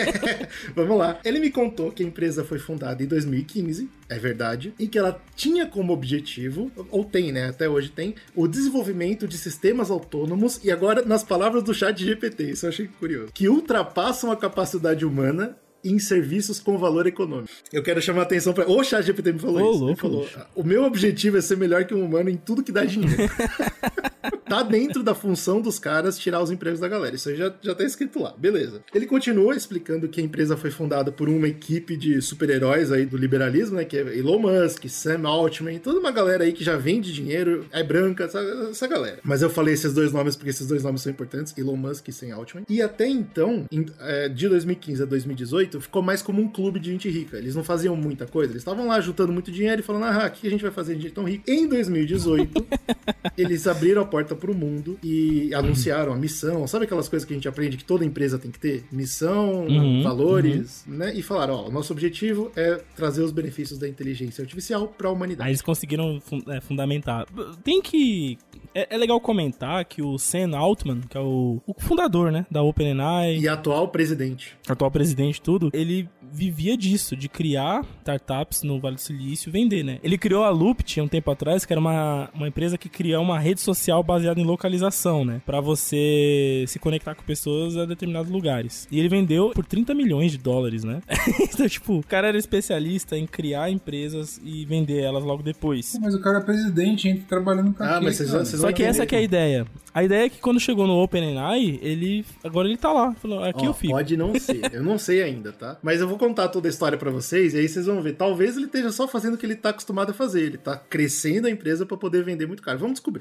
Vamos lá. Ele me contou que a empresa foi fundada em 2015, é verdade, e que ela tinha como objetivo, ou tem, né, até hoje tem, o desenvolvimento de sistemas autônomos, e agora, nas palavras do ChatGPT, isso eu achei curioso, que ultrapassam a capacidade humana em serviços com valor econômico. Eu quero chamar a atenção para... O ChatGPT me falou isso. Ele falou, o meu objetivo é ser melhor que um humano em tudo que dá dinheiro. Tá dentro da função dos caras tirar os empregos da galera. Isso aí já tá escrito lá. Beleza. Ele continua explicando que a empresa foi fundada por uma equipe de super-heróis aí do liberalismo, né? Que é Elon Musk, Sam Altman, toda uma galera aí que já vende dinheiro, é branca, essa galera. Mas eu falei esses dois nomes porque esses dois nomes são importantes, Elon Musk e Sam Altman. E até então, de 2015 a 2018, ficou mais como um clube de gente rica. Eles não faziam muita coisa. Eles estavam lá juntando muito dinheiro e falando, o que a gente vai fazer de gente tão rico? Em 2018, eles abriram a porta pro mundo e anunciaram a missão. Sabe aquelas coisas que a gente aprende que toda empresa tem que ter? Missão, valores, né? E falaram, o nosso objetivo é trazer os benefícios da inteligência artificial pra humanidade. Aí eles conseguiram fundamentar. Tem que... É legal comentar que o Sam Altman, que é o fundador, né, da OpenAI... E atual presidente. Tudo, ele vivia disso, de criar startups no Vale do Silício e vender, né? Ele criou a Loopt um tempo atrás, que era uma empresa que cria uma rede social baseada em localização, né? Pra você se conectar com pessoas a determinados lugares. E ele vendeu por $30 milhões, né? Então, tipo, o cara era especialista em criar empresas e vender elas logo depois. Mas o cara é presidente, hein? Trabalhando com aquilo. Mas vocês Só que essa que é a ideia. A ideia é que quando chegou no OpenAI, agora ele tá lá. Falou, aqui eu fico. Pode não ser. Eu não sei ainda, tá? Mas eu vou contar toda a história pra vocês e aí vocês vão ver. Talvez ele esteja só fazendo o que ele tá acostumado a fazer. Ele tá crescendo a empresa pra poder vender muito caro. Vamos descobrir.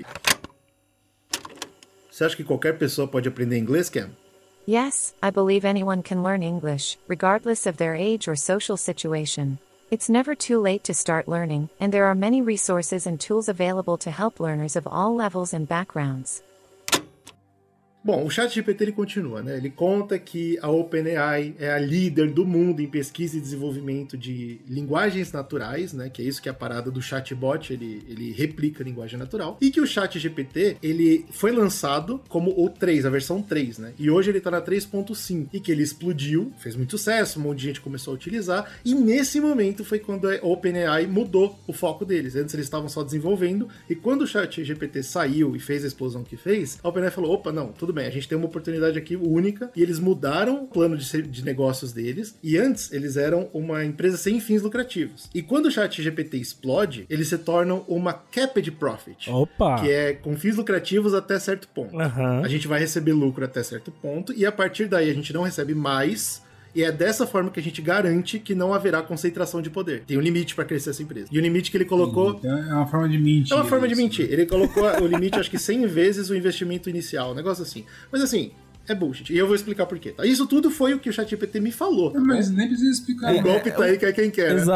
Você acha que qualquer pessoa pode aprender inglês, Cam? Yes, I believe anyone can learn English, regardless of their age or social situation. It's never too late to start learning, and there are many resources and tools available to help learners of all levels and backgrounds. Bom, o ChatGPT ele continua, né? Ele conta que a OpenAI é a líder do mundo em pesquisa e desenvolvimento de linguagens naturais, né? Que é isso que é a parada do chatbot, ele replica a linguagem natural. E que o ChatGPT, ele foi lançado como o 3, a versão 3, né? E hoje ele tá na 3.5. E que ele explodiu, fez muito sucesso, um monte de gente começou a utilizar. E nesse momento foi quando a OpenAI mudou o foco deles. Antes eles estavam só desenvolvendo. E quando o ChatGPT saiu e fez a explosão que fez, a OpenAI falou, opa, não, tudo bem, a gente tem uma oportunidade aqui única e eles mudaram o plano de negócios deles e antes eles eram uma empresa sem fins lucrativos. E quando o ChatGPT explode, eles se tornam uma Caped Profit. Opa! Que é com fins lucrativos até certo ponto. A gente vai receber lucro até certo ponto e a partir daí a gente não recebe mais. E é dessa forma que a gente garante que não haverá concentração de poder. Tem um limite pra crescer essa empresa. E o limite que ele colocou... Então é uma forma de mentir. É uma forma de mentir. Ele colocou o limite, acho que 100 vezes o investimento inicial. Um negócio assim. Mas assim... É bullshit. E eu vou explicar por quê. Tá? Isso tudo foi o que o ChatGPT me falou. Tá, mas nem precisa explicar. O golpe tá aí, quer quem quer. Né?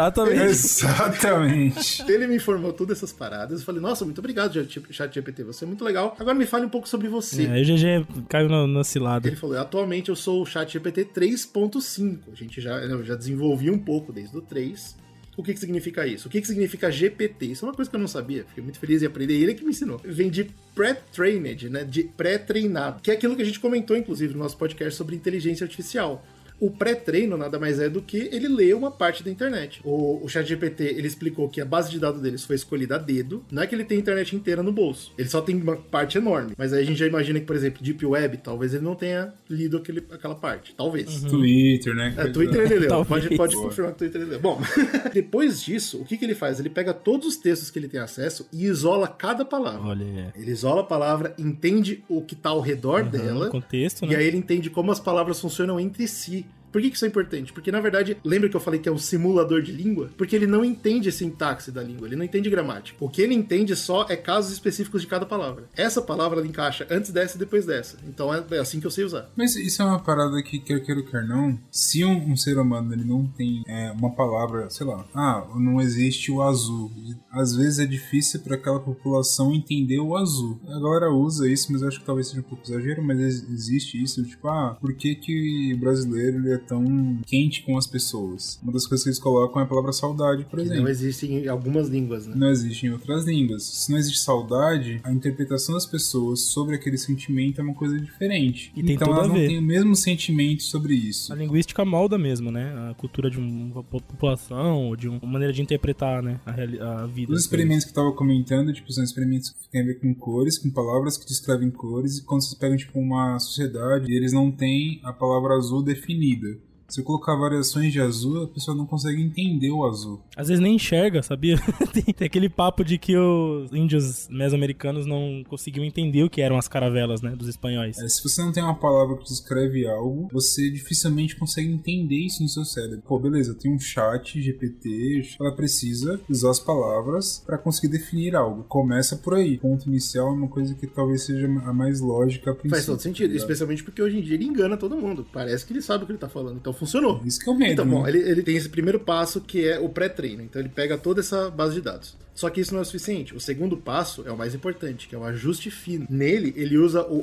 Exatamente. Ele me informou todas essas paradas. Eu falei, nossa, muito obrigado, ChatGPT. Você é muito legal. Agora me fale um pouco sobre você. Aí o GG caiu na cilada. Ele falou, atualmente eu sou o ChatGPT 3.5. A gente já desenvolvi um pouco desde o 3. O que significa isso? O que significa GPT? Isso é uma coisa que eu não sabia. Fiquei muito feliz em aprender. Ele que me ensinou. Vem de pre-trained, né? De pré-treinado. Que é aquilo que a gente comentou, inclusive, no nosso podcast sobre inteligência artificial. O pré-treino nada mais é do que ele ler uma parte da internet. O ChatGPT, ele explicou que a base de dados deles foi escolhida a dedo. Não é que ele tem a internet inteira no bolso. Ele só tem uma parte enorme. Mas aí a gente já imagina que, por exemplo, Deep Web, talvez ele não tenha lido aquela parte. Talvez. Twitter, né? Twitter ele leu. Pode confirmar que o Twitter ele leu. Bom, depois disso, o que ele faz? Ele pega todos os textos que ele tem acesso e isola cada palavra. Olha. Ele isola a palavra, entende o que tá ao redor dela. O contexto, né? E aí ele entende como as palavras funcionam entre si. Por que isso é importante? Porque, na verdade, lembra que eu falei que é um simulador de língua? Porque ele não entende a sintaxe da língua, ele não entende gramática. O que ele entende só é casos específicos de cada palavra. Essa palavra, ela encaixa antes dessa e depois dessa. Então, é assim que eu sei usar. Mas isso é uma parada que, quer queira ou quer não, se um ser humano ele não tem uma palavra, sei lá, não existe o azul. Às vezes é difícil para aquela população entender o azul. A galera usa isso, mas eu acho que talvez seja um pouco exagero, mas existe isso, tipo, por que o brasileiro ele é tão quente com as pessoas? Uma das coisas que eles colocam é a palavra saudade, por exemplo. Não existe em algumas línguas, né? Não existe em outras línguas. Se não existe saudade, a interpretação das pessoas sobre aquele sentimento é uma coisa diferente. E tem então tudo elas a não ver. têm o mesmo sentimento sobre isso. A linguística molda mesmo, né? A cultura de uma população, ou de uma maneira de interpretar, né? A vida. Os experimentos que eu tava comentando, tipo, são experimentos que têm a ver com cores, com palavras que descrevem cores, e quando vocês pegam, tipo, uma sociedade, eles não têm a palavra azul definida. Se eu colocar variações de azul, a pessoa não consegue entender o azul. Às vezes nem enxerga, sabia? Tem aquele papo de que os índios mesoamericanos não conseguiam entender o que eram as caravelas, né, dos espanhóis. Se você não tem uma palavra que descreve algo, você dificilmente consegue entender isso no seu cérebro. Pô, beleza, tem um chat GPT, ela precisa usar as palavras para conseguir definir algo. Começa por aí. O ponto inicial é uma coisa que talvez seja a mais lógica a princípio. Faz todo sentido, especialmente porque hoje em dia ele engana todo mundo. Parece que ele sabe o que ele tá falando, então funcionou. Isso que é o medo, então, né? bom, ele tem esse primeiro passo que é o pré-treino. Então ele pega toda essa base de dados. Só que isso não é o suficiente. O segundo passo é o mais importante, que é o ajuste fino. Nele, ele usa o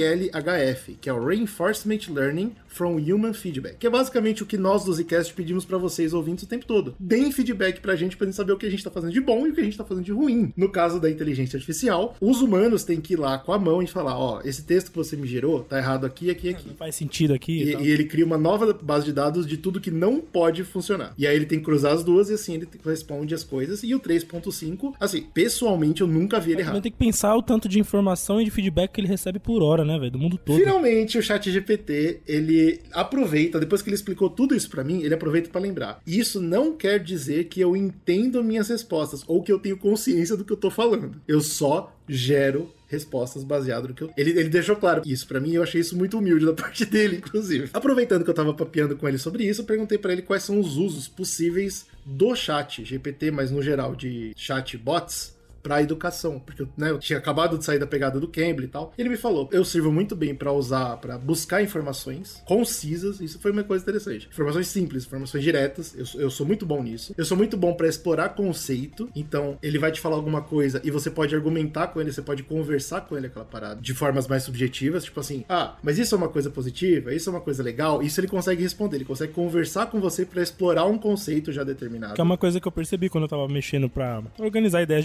RLHF, que é o Reinforcement Learning from Human Feedback, que é basicamente o que nós do Zcast pedimos pra vocês ouvintes o tempo todo. Deem feedback pra gente saber o que a gente tá fazendo de bom e o que a gente tá fazendo de ruim. No caso da inteligência artificial, os humanos têm que ir lá com a mão e falar, esse texto que você me gerou tá errado aqui, aqui, aqui. Não faz sentido aqui. E ele cria uma nova base de dados de tudo que não pode funcionar. E aí ele tem que cruzar as duas e assim ele responde as coisas. E o 3.5, assim, pessoalmente eu nunca vi ele errado. Tem que pensar o tanto de informação e de feedback que ele recebe por hora, né, velho? Do mundo todo. Finalmente, o ChatGPT, ele aproveita, depois que ele explicou tudo isso pra mim, ele aproveita pra lembrar. Isso não quer dizer que eu entendo minhas respostas ou que eu tenho consciência do que eu tô falando. Eu só gero respostas baseadas no que eu... Ele deixou claro isso pra mim e eu achei isso muito humilde da parte dele, inclusive. Aproveitando que eu tava papeando com ele sobre isso, eu perguntei pra ele quais são os usos possíveis do chat GPT, mas no geral de chatbots, pra educação, porque eu tinha acabado de sair da pegada do Cambly e tal. Ele me falou, eu sirvo muito bem pra usar, pra buscar informações concisas, isso foi uma coisa interessante. Informações simples, informações diretas, eu sou muito bom nisso. Eu sou muito bom pra explorar conceito, então ele vai te falar alguma coisa e você pode argumentar com ele, você pode conversar com ele aquela parada de formas mais subjetivas, tipo assim, mas isso é uma coisa positiva, isso é uma coisa legal, isso ele consegue responder, ele consegue conversar com você pra explorar um conceito já determinado. Que é uma coisa que eu percebi quando eu tava mexendo pra organizar ideias de pautas,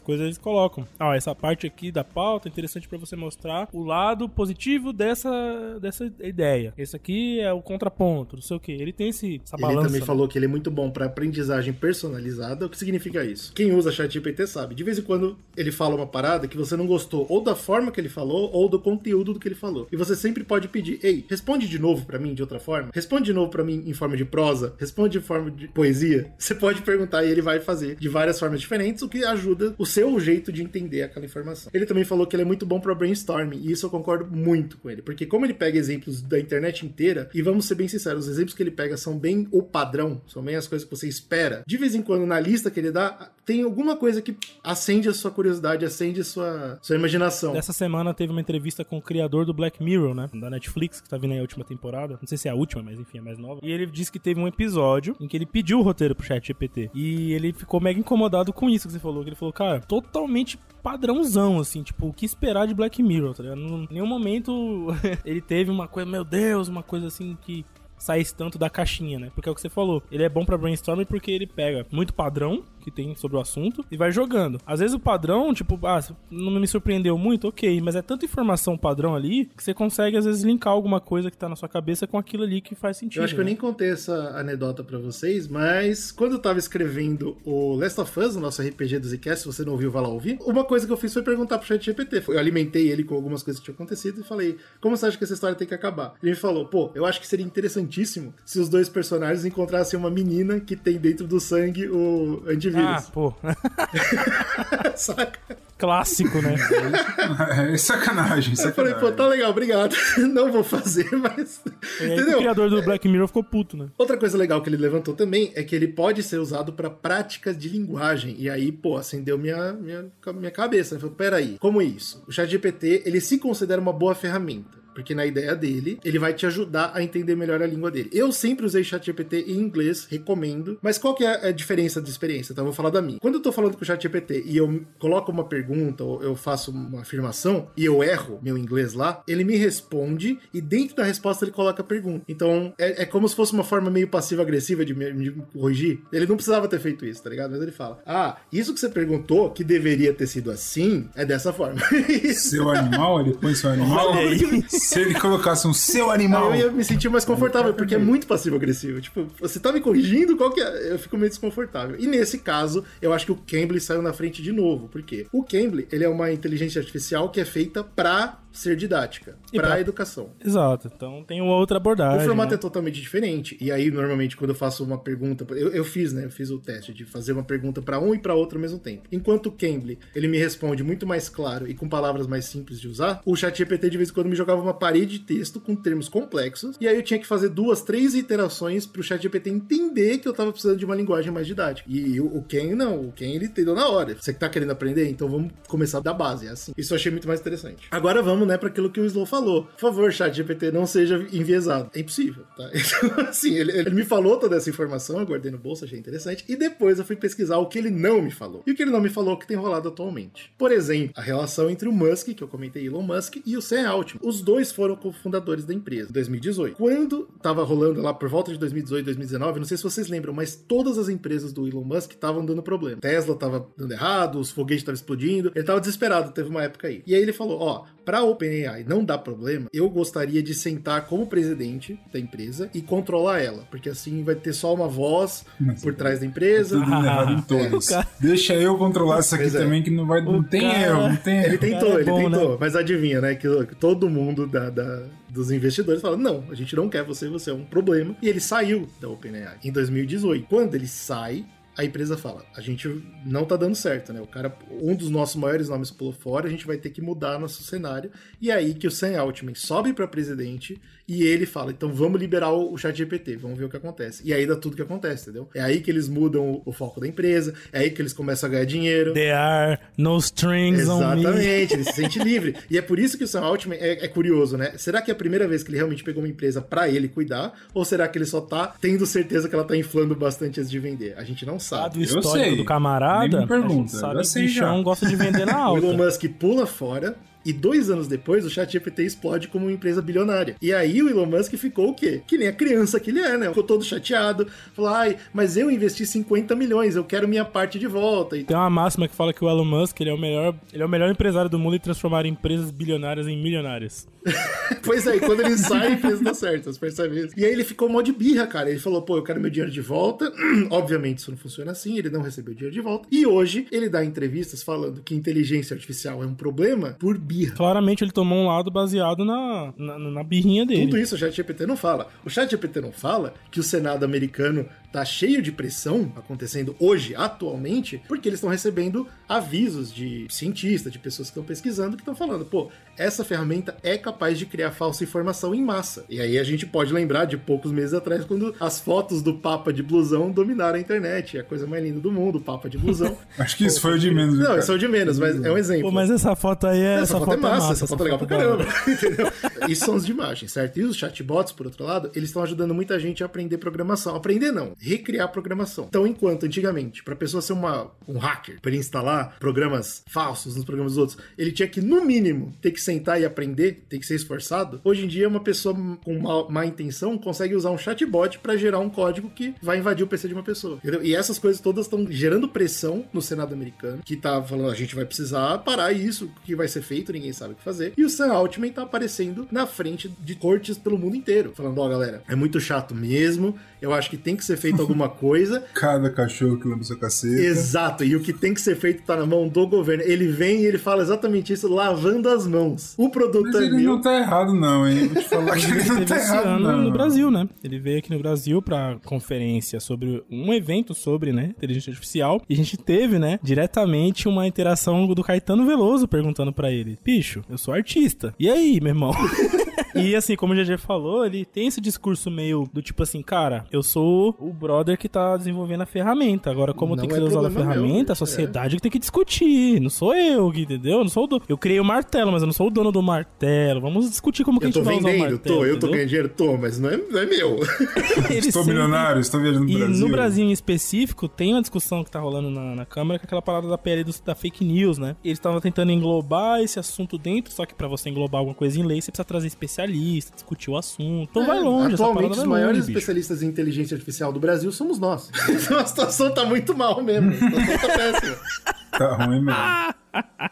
coisas, eles colocam. Essa parte aqui da pauta é interessante pra você mostrar o lado positivo dessa ideia. Esse aqui é o contraponto, não sei o que. Ele tem essa balança. Ele também falou que ele é muito bom pra aprendizagem personalizada. O que significa isso? Quem usa ChatGPT sabe. De vez em quando ele fala uma parada que você não gostou ou da forma que ele falou ou do conteúdo do que ele falou. E você sempre pode pedir, ei, responde de novo pra mim de outra forma. Responde de novo pra mim em forma de prosa. Responde em forma de poesia. Você pode perguntar e ele vai fazer de várias formas diferentes, o que ajuda o seu jeito de entender aquela informação. Ele também falou que ele é muito bom pra brainstorming, e isso eu concordo muito com ele, porque como ele pega exemplos da internet inteira, e vamos ser bem sinceros, os exemplos que ele pega são bem o padrão, são bem as coisas que você espera. De vez em quando, na lista que ele dá, tem alguma coisa que acende a sua curiosidade, acende a sua imaginação. Essa semana teve uma entrevista com o criador do Black Mirror, né, da Netflix, que tá vindo aí a última temporada. Não sei se é a última, mas enfim, é mais nova. E ele disse que teve um episódio em que ele pediu o roteiro pro ChatGPT. E ele ficou mega incomodado com isso que você falou. Que ele falou, cara, totalmente padrãozão, assim, tipo, o que esperar de Black Mirror, tá ligado? Em nenhum momento ele teve uma coisa, meu Deus, uma coisa assim que saísse tanto da caixinha, né? Porque é o que você falou. Ele é bom pra brainstorming porque ele pega muito padrão que tem sobre o assunto e vai jogando. Às vezes o padrão, tipo, não me surpreendeu muito, ok, mas é tanta informação padrão ali que você consegue, às vezes, linkar alguma coisa que tá na sua cabeça com aquilo ali que faz sentido. Eu acho que eu nem contei essa anedota pra vocês, mas quando eu tava escrevendo o Last of Us, o nosso RPG do Zcast, se você não ouviu, vai lá ouvir, uma coisa que eu fiz foi perguntar pro ChatGPT. Eu alimentei ele com algumas coisas que tinham acontecido e falei, como você acha que essa história tem que acabar? Ele me falou, eu acho que seria interessantíssimo se os dois personagens encontrassem uma menina que tem dentro do sangue o antivírus. Saca? Clássico, né? É sacanagem. Eu falei, tá legal, obrigado. Não vou fazer, mas... E aí o criador do Black Mirror ficou puto, né? Outra coisa legal que ele levantou também é que ele pode ser usado pra práticas de linguagem. E aí, acendeu minha cabeça. Eu falei, peraí, como isso? O ChatGPT, ele se considera uma boa ferramenta. Porque na ideia dele, ele vai te ajudar a entender melhor a língua dele. Eu sempre usei ChatGPT em inglês, recomendo. Mas qual que é a diferença de experiência? Então eu vou falar da minha. Quando eu tô falando com o ChatGPT e eu coloco uma pergunta ou eu faço uma afirmação e eu erro meu inglês lá, ele me responde e dentro da resposta ele coloca a pergunta. Então é como se fosse uma forma meio passiva-agressiva de me corrigir. Ele não precisava ter feito isso, tá ligado? Mas ele fala, isso que você perguntou, que deveria ter sido assim, é dessa forma. Seu animal? Ele põe seu animal? Se ele colocasse um seu animal... Eu ia me sentir mais confortável, porque é muito passivo-agressivo. Tipo, você tá me corrigindo? Qual que é? Eu fico meio desconfortável. E nesse caso, eu acho que o Cambly saiu na frente de novo. Por quê? O Cambly, ele é uma inteligência artificial que é feita pra ser didática, pra educação. Exato. Então tem uma outra abordagem. O formato é totalmente diferente. E aí, normalmente, quando eu faço uma pergunta... Eu fiz o teste de fazer uma pergunta pra um e pra outro ao mesmo tempo. Enquanto o Cambly, ele me responde muito mais claro e com palavras mais simples de usar, o ChatGPT, de vez em quando, me jogava uma parede de texto com termos complexos, e aí eu tinha que fazer 2, 3 iterações pro ChatGPT entender que eu tava precisando de uma linguagem mais didática. E o Ken, não. O Ken, ele entendeu na hora. Você que tá querendo aprender? Então vamos começar da base, é assim. Isso eu achei muito mais interessante. Agora vamos, para aquilo que o Slow falou. Por favor, ChatGPT, não seja enviesado. É impossível, tá? Então, assim, ele me falou toda essa informação, eu guardei no bolso, achei interessante, e depois eu fui pesquisar o que ele não me falou. E o que ele não me falou que tem rolado atualmente. Por exemplo, a relação entre o Musk, que eu comentei, Elon Musk, e o Sam Altman. Os dois foram cofundadores da empresa, em 2018. Quando tava rolando lá por volta de 2018, 2019, não sei se vocês lembram, mas todas as empresas do Elon Musk estavam dando problema. Tesla tava dando errado, os foguetes estavam explodindo, ele tava desesperado, teve uma época aí. E aí ele falou, pra OpenAI não dar problema, eu gostaria de sentar como presidente da empresa e controlar ela, porque assim vai ter só uma voz por trás da empresa. Tudo errado em todos. Deixa eu controlar isso aqui também, que não vai... Não tem erro, não tem erro. Ele tentou, né? Mas adivinha, né? Que todo mundo dos investidores fala, não, a gente não quer você é um problema. E ele saiu da OpenAI em 2018. Quando ele sai, a empresa fala, a gente não tá dando certo, né? O cara, um dos nossos maiores nomes pulou fora, a gente vai ter que mudar nosso cenário. E é aí que o Sam Altman sobe pra presidente e ele fala, então vamos liberar o ChatGPT, vamos ver o que acontece. E aí dá tudo que acontece, entendeu? É aí que eles mudam o foco da empresa, é aí que eles começam a ganhar dinheiro. There are no strings on me. Exatamente, ele se sente livre. E é por isso que o Sam Altman é curioso, né? Será que é a primeira vez que ele realmente pegou uma empresa pra ele cuidar? Ou será que ele só tá tendo certeza que ela tá inflando bastante antes de vender? A gente não sabe. Do histórico do camarada, nem me pergunta, a gente sabe que o bichão gosta de vender na alta. O Elon Musk pula fora, E 2 anos depois, o ChatGPT explode como uma empresa bilionária. E aí o Elon Musk ficou o quê? Que nem a criança que ele é, né? Ficou todo chateado. Falou, mas eu investi 50 milhões, eu quero minha parte de volta. Tem uma máxima que fala que o Elon Musk, ele é o melhor empresário do mundo em transformar empresas bilionárias em milionárias. Pois é, e quando ele sai, a empresa dá certo, você percebe isso? E aí ele ficou mó de birra, cara. Ele falou, eu quero meu dinheiro de volta. Obviamente isso não funciona assim, ele não recebeu o dinheiro de volta. E hoje ele dá entrevistas falando que inteligência artificial é um problema por birra. Claramente ele tomou um lado baseado na birrinha dele. Tudo isso o ChatGPT não fala. O ChatGPT não fala que o Senado americano tá cheio de pressão acontecendo hoje, atualmente, porque eles estão recebendo avisos de cientistas, de pessoas que estão pesquisando, que estão falando, essa ferramenta é capaz de criar falsa informação em massa. E aí a gente pode lembrar de poucos meses atrás, quando as fotos do Papa de blusão dominaram a internet. É a coisa mais linda do mundo, o Papa de blusão. Acho que isso foi o de menos. Não, isso é o de menos, mas é um exemplo. Mas essa foto aí essa foto é massa. Essa foto é legal pra caramba. Entendeu? Isso são os de imagem, certo? E os chatbots, por outro lado, eles estão ajudando muita gente a aprender programação. Aprender não, recriar programação. Então, enquanto antigamente, pra pessoa ser um hacker, para instalar programas falsos nos programas dos outros, ele tinha que, no mínimo, ter que sentar e aprender, ter que ser esforçado, hoje em dia uma pessoa com má intenção consegue usar um chatbot para gerar um código que vai invadir o PC de uma pessoa. Entendeu? E essas coisas todas estão gerando pressão no Senado americano, que tá falando, a gente vai precisar parar isso, o que vai ser feito, ninguém sabe o que fazer. E o Sam Altman tá aparecendo na frente de cortes pelo mundo inteiro, falando, galera, é muito chato mesmo, eu acho que tem que ser feito alguma coisa. Cada cachorro que lambe sua caceta. Exato, e o que tem que ser feito tá na mão do governo. Ele vem e ele fala exatamente isso, lavando as mãos. O produto mas ele não tá errado não, hein? Vou te falar que ele não tá errado não. No Brasil, né? Ele veio aqui no Brasil pra conferência sobre um evento sobre, né, inteligência artificial, e a gente teve, né, diretamente uma interação do Caetano Veloso perguntando pra ele, bicho, eu sou artista. E aí, meu irmão? E assim, como o GG falou, ele tem esse discurso meio do tipo assim, cara, eu sou o brother que tá desenvolvendo a ferramenta. Agora, como tem que usar a ferramenta, a sociedade que tem que discutir. Não sou eu, entendeu? Eu não sou o dono. Eu criei o martelo, mas eu não sou o dono do martelo. Vamos discutir como que a gente vai usar o martelo. Eu tô ganhando dinheiro, mas não é meu. Estou milionário, estou viajando no Brasil. E no Brasil em específico, tem uma discussão que tá rolando na Câmara, que é aquela parada da PL da fake news, né? Eles estavam tentando englobar esse assunto dentro, só que pra você englobar alguma coisa em lei, você precisa trazer especialista, discutir o assunto. Então vai longe. Atualmente, os maiores especialistas em inteligência artificial do Brasil somos nós. Então a situação tá muito mal mesmo. A situação tá péssima. Tá ruim mesmo.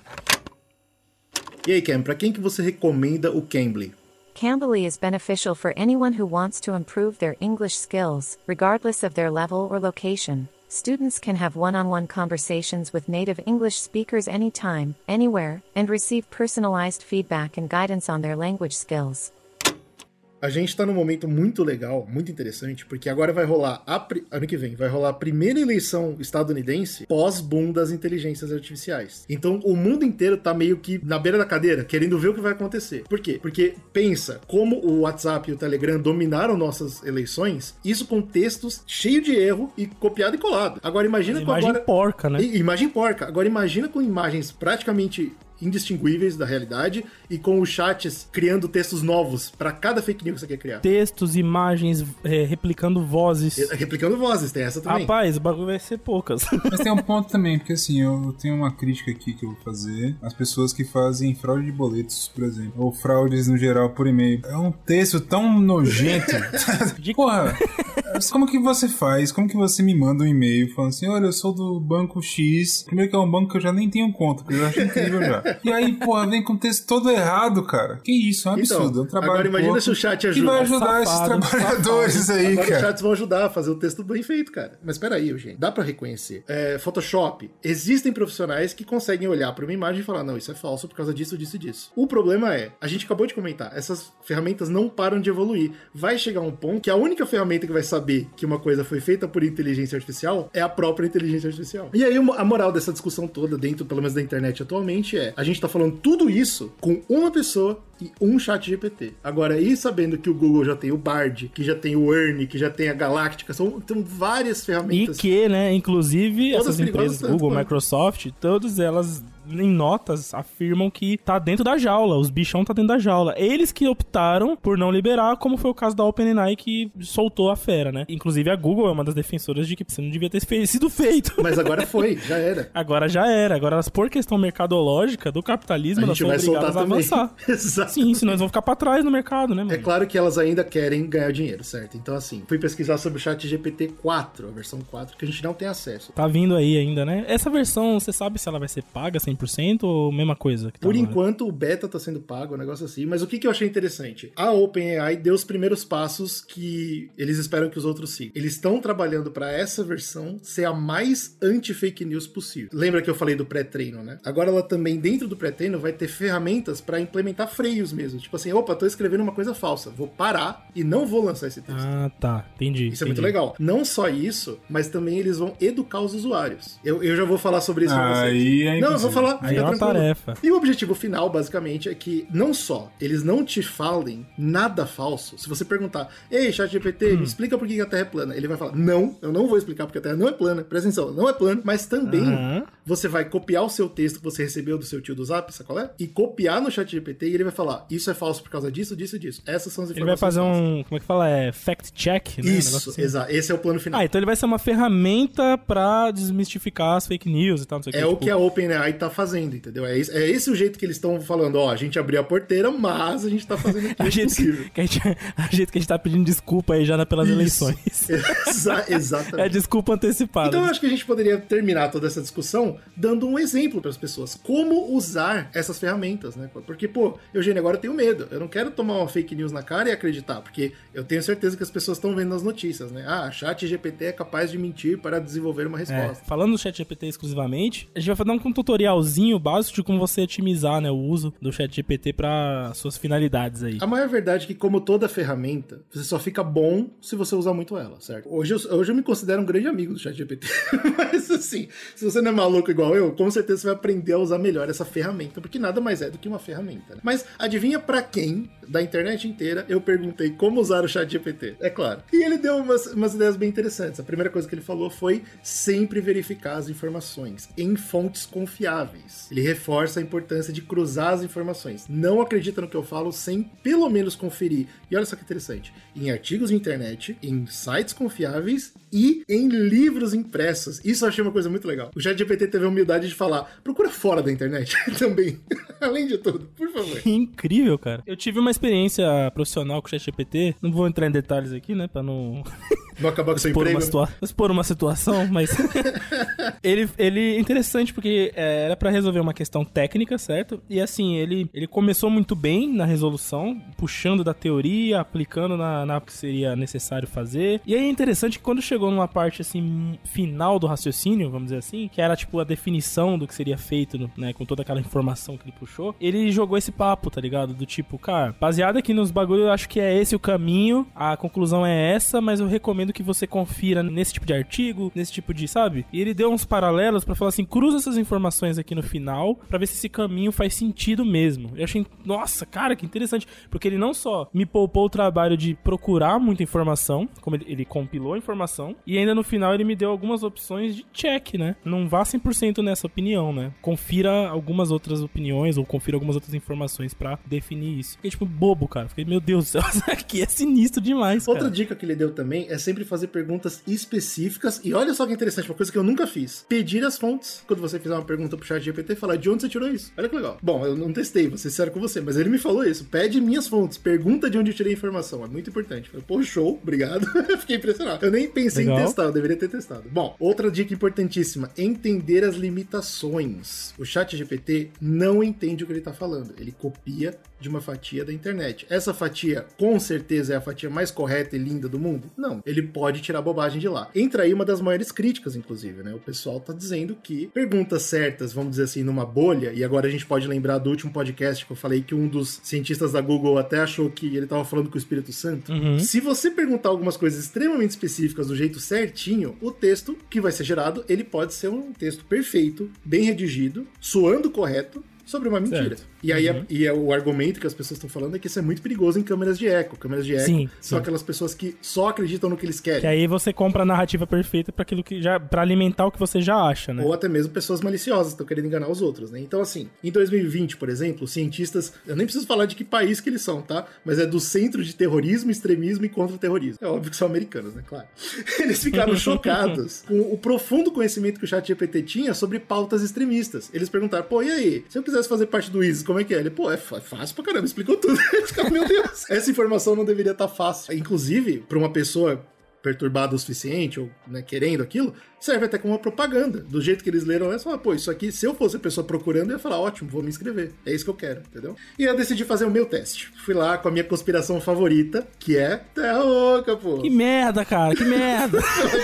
E aí, Cam, pra quem que você recomenda o Cambly? Cambly is beneficial for anyone who wants to improve their English skills, regardless of their level or location. Students can have one-on-one conversations with native English speakers anytime, anywhere, and receive personalized feedback and guidance on their language skills. A gente tá num momento muito legal, muito interessante, porque agora vai rolar, ano que vem, vai rolar a primeira eleição estadunidense pós-boom das inteligências artificiais. Então o mundo inteiro tá meio que na beira da cadeira, querendo ver o que vai acontecer. Por quê? Porque pensa, como o WhatsApp e o Telegram dominaram nossas eleições, isso com textos cheios de erro e copiado e colado. Agora imagina com imagem porca, né? Imagem porca. Agora imagina com imagens praticamente indistinguíveis da realidade e com os chats criando textos novos pra cada fake news que você quer criar. Textos, imagens, replicando vozes. Replicando vozes, tem essa também. Rapaz, o bagulho vai ser poucas. Mas tem um ponto também, porque assim, eu tenho uma crítica aqui que eu vou fazer. As pessoas que fazem fraude de boletos, por exemplo, ou fraudes no geral por e-mail. É um texto tão nojento. Porra, como que você faz? Como que você me manda um e-mail falando assim, olha, eu sou do banco X. Primeiro que é um banco que eu já nem tenho conta, porque eu acho incrível já. E aí, porra, vem com o texto todo errado, cara. Que isso, é um absurdo. Então, é um trabalho agora imagina se o chat ajuda. Que vai ajudar esses trabalhadores aí, agora cara. Os chats vão ajudar a fazer o texto bem feito, cara. Mas peraí, Eugênio, dá pra reconhecer. Photoshop, existem profissionais que conseguem olhar pra uma imagem e falar, não, isso é falso por causa disso, disso e disso. O problema é, a gente acabou de comentar, essas ferramentas não param de evoluir. Vai chegar um ponto que a única ferramenta que vai saber que uma coisa foi feita por inteligência artificial é a própria inteligência artificial. E aí a moral dessa discussão toda, dentro pelo menos da internet atualmente, a gente tá falando tudo isso com uma pessoa e um ChatGPT. Agora, e sabendo que o Google já tem o Bard, que já tem o Ernie, que já tem a Galáctica, são várias ferramentas. E que, né, inclusive, essas empresas, Google, Microsoft, todas elas em notas afirmam que tá dentro da jaula, os bichão tá dentro da jaula. Eles que optaram por não liberar, como foi o caso da OpenAI que soltou a fera, né? Inclusive a Google é uma das defensoras de que você não devia ter sido feito. Mas agora foi, já era. Agora já era. Agora, por questão mercadológica do capitalismo, elas são obrigadas a avançar. Exato. Sim, senão eles vão ficar pra trás no mercado, né, mano? É claro que elas ainda querem ganhar dinheiro, certo? Então, assim, fui pesquisar sobre o ChatGPT 4, a versão 4, que a gente não tem acesso. Tá vindo aí ainda, né? Essa versão, você sabe se ela vai ser paga 100% ou mesma coisa? Que tá Por enquanto, o beta tá sendo pago, um negócio assim. Mas o que eu achei interessante? A OpenAI deu os primeiros passos que eles esperam que os outros sigam. Eles estão trabalhando pra essa versão ser a mais anti-fake news possível. Lembra que eu falei do pré-treino, né? Agora ela também, dentro do pré-treino, vai ter ferramentas pra implementar freios mesmo. Tipo assim, opa, tô escrevendo uma coisa falsa. Vou parar e não vou lançar esse texto. Ah, tá. Entendi. Isso é muito legal. Não só isso, mas também eles vão educar os usuários. Eu já vou falar sobre isso pra vocês. Não, eu vou falar. Aí é uma tarefa. E o objetivo final, basicamente, é que não só eles não te falem nada falso. Se você perguntar, ei, ChatGPT, me explica por que a Terra é plana. Ele vai falar, não, eu não vou explicar porque a Terra não é plana. Presta atenção, não é plana. Mas também você vai copiar o seu texto que você recebeu do seu tio do Zap, sabe qual é? E copiar no ChatGPT e ele vai falar, isso é falso por causa disso, disso e disso. Essas são as informações. Ele vai fazer como é que fala? Fact check, né? Isso, assim. Exato. Esse é o plano final. Então ele vai ser uma ferramenta pra desmistificar as fake news e tal, não sei o que. É o que a OpenAI tá fazendo, entendeu? É esse o jeito que eles estão falando, ó, a gente abriu a porteira, mas a gente tá fazendo aqui o possível. A gente que a gente tá pedindo desculpa aí já pelas eleições. Exatamente. É desculpa antecipada. Então eu acho que a gente poderia terminar toda essa discussão dando um exemplo para as pessoas. Como usar essas ferramentas, né? Porque, pô, Eugênio, agora eu tenho medo. Eu não quero tomar uma fake news na cara e acreditar, porque eu tenho certeza que as pessoas estão vendo nas notícias, né? Ah, ChatGPT é capaz de mentir para desenvolver uma resposta. Falando do ChatGPT exclusivamente, a gente vai fazer um tutorialzinho básico de como você otimizar, né, o uso do ChatGPT para suas finalidades aí. A maior verdade é que, como toda ferramenta, você só fica bom se você usar muito ela, certo? Hoje eu me considero um grande amigo do ChatGPT. Mas assim, se você não é maluco igual eu, com certeza você vai aprender a usar melhor essa ferramenta, porque nada mais é do que uma ferramenta, né? Mas adivinha pra quem, da internet inteira, eu perguntei como usar o ChatGPT? É claro. E ele deu umas ideias bem interessantes. A primeira coisa que ele falou foi sempre verificar as informações em fontes confiáveis. Ele reforça a importância de cruzar as informações. Não acredita no que eu falo sem pelo menos conferir. E olha só que interessante. Em artigos de internet, em sites confiáveis e em livros impressos. Isso eu achei uma coisa muito legal. O ChatGPT teve a humildade de falar, procura fora da internet também. Além de tudo, por favor. Incrível, cara. Eu tive uma experiência profissional com o ChatGPT. Não vou entrar em detalhes aqui, né? Pra não... Não acabar com seu emprego. Expor uma situação, mas... ele é interessante porque era pra resolver uma questão técnica, certo? E assim, ele começou muito bem na resolução, puxando da teoria, aplicando na que seria necessário fazer. E aí é interessante que quando chegou numa parte, assim, final do raciocínio, vamos dizer assim, que era, tipo, a definição do que seria feito, né, com toda aquela informação que ele puxou, ele jogou esse papo, tá ligado? Do tipo, cara, baseado aqui nos bagulhos, eu acho que é esse o caminho, a conclusão é essa, mas eu recomendo que você confira nesse tipo de artigo, nesse tipo de, sabe? E ele deu uns paralelos pra falar assim, cruza essas informações aqui no final, pra ver se esse caminho faz sentido mesmo. Eu achei, nossa, cara, que interessante, porque ele não só me poupou o trabalho de procurar muita informação, como ele compilou a informação, e ainda no final ele me deu algumas opções de check, né? Não vá 100% nessa opinião, né? Confira algumas outras opiniões, ou confira algumas outras informações pra definir isso. Fiquei, tipo, bobo, cara. Fiquei, meu Deus do céu, isso aqui é sinistro demais, cara. Outra dica que ele deu também é sempre fazer perguntas específicas, e olha só que interessante, uma coisa que eu nunca fiz. Pedir as fontes. Quando você fizer uma pergunta pro ChatGPT, falar de onde você tirou isso. Olha que legal. Bom, eu não testei, vou ser sério com você, mas ele me falou isso. Pede minhas fontes, pergunta de onde eu tirei a informação. É muito importante. Eu falei, pô, show, obrigado. Fiquei impressionado. Eu nem pensei em testar, eu deveria ter testado. Bom, outra dica importantíssima, entender as limitações. O ChatGPT não entende o que ele tá falando. Ele copia de uma fatia da internet. Essa fatia, com certeza, é a fatia mais correta e linda do mundo? Não. Ele pode tirar bobagem de lá. Entra aí uma das maiores críticas, inclusive, né? O pessoal tá dizendo que perguntas certas, vamos dizer assim, numa bolha, e agora a gente pode lembrar do último podcast que eu falei que um dos cientistas da Google até achou que ele tava falando com o Espírito Santo. Se você perguntar algumas coisas extremamente específicas do jeito certinho, o texto que vai ser gerado, ele pode ser um texto perfeito, bem redigido, soando correto, sobre uma mentira. Certo. E aí o argumento que as pessoas estão falando é que isso é muito perigoso em câmeras de eco. Câmeras de eco são aquelas pessoas que só acreditam no que eles querem. Que aí você compra a narrativa perfeita para aquilo que já, para alimentar o que você já acha, né? Ou até mesmo pessoas maliciosas estão querendo enganar os outros, né? Então assim, em 2020, por exemplo, cientistas, eu nem preciso falar de que país que eles são, tá? Mas é do Centro de Terrorismo, Extremismo e Contra-Terrorismo. É óbvio que são americanos, né? Claro. Eles ficaram chocados com o profundo conhecimento que o ChatGPT tinha sobre pautas extremistas. Eles perguntaram, pô, e aí? Se eu quisesse fazer parte do ISIS, como é que é? Ele, pô, é fácil pra caramba, explicou tudo. Eles ficaram, meu Deus, essa informação não deveria estar fácil. Inclusive, pra uma pessoa perturbada o suficiente, ou né, querendo aquilo, serve até como uma propaganda. Do jeito que eles leram, eles falaram, pô, isso aqui, se eu fosse a pessoa procurando, eu ia falar, ótimo, vou me inscrever. É isso que eu quero, entendeu? E eu decidi fazer o meu teste. Fui lá com a minha conspiração favorita, que é Terra Oca, pô. Que merda, cara, que merda.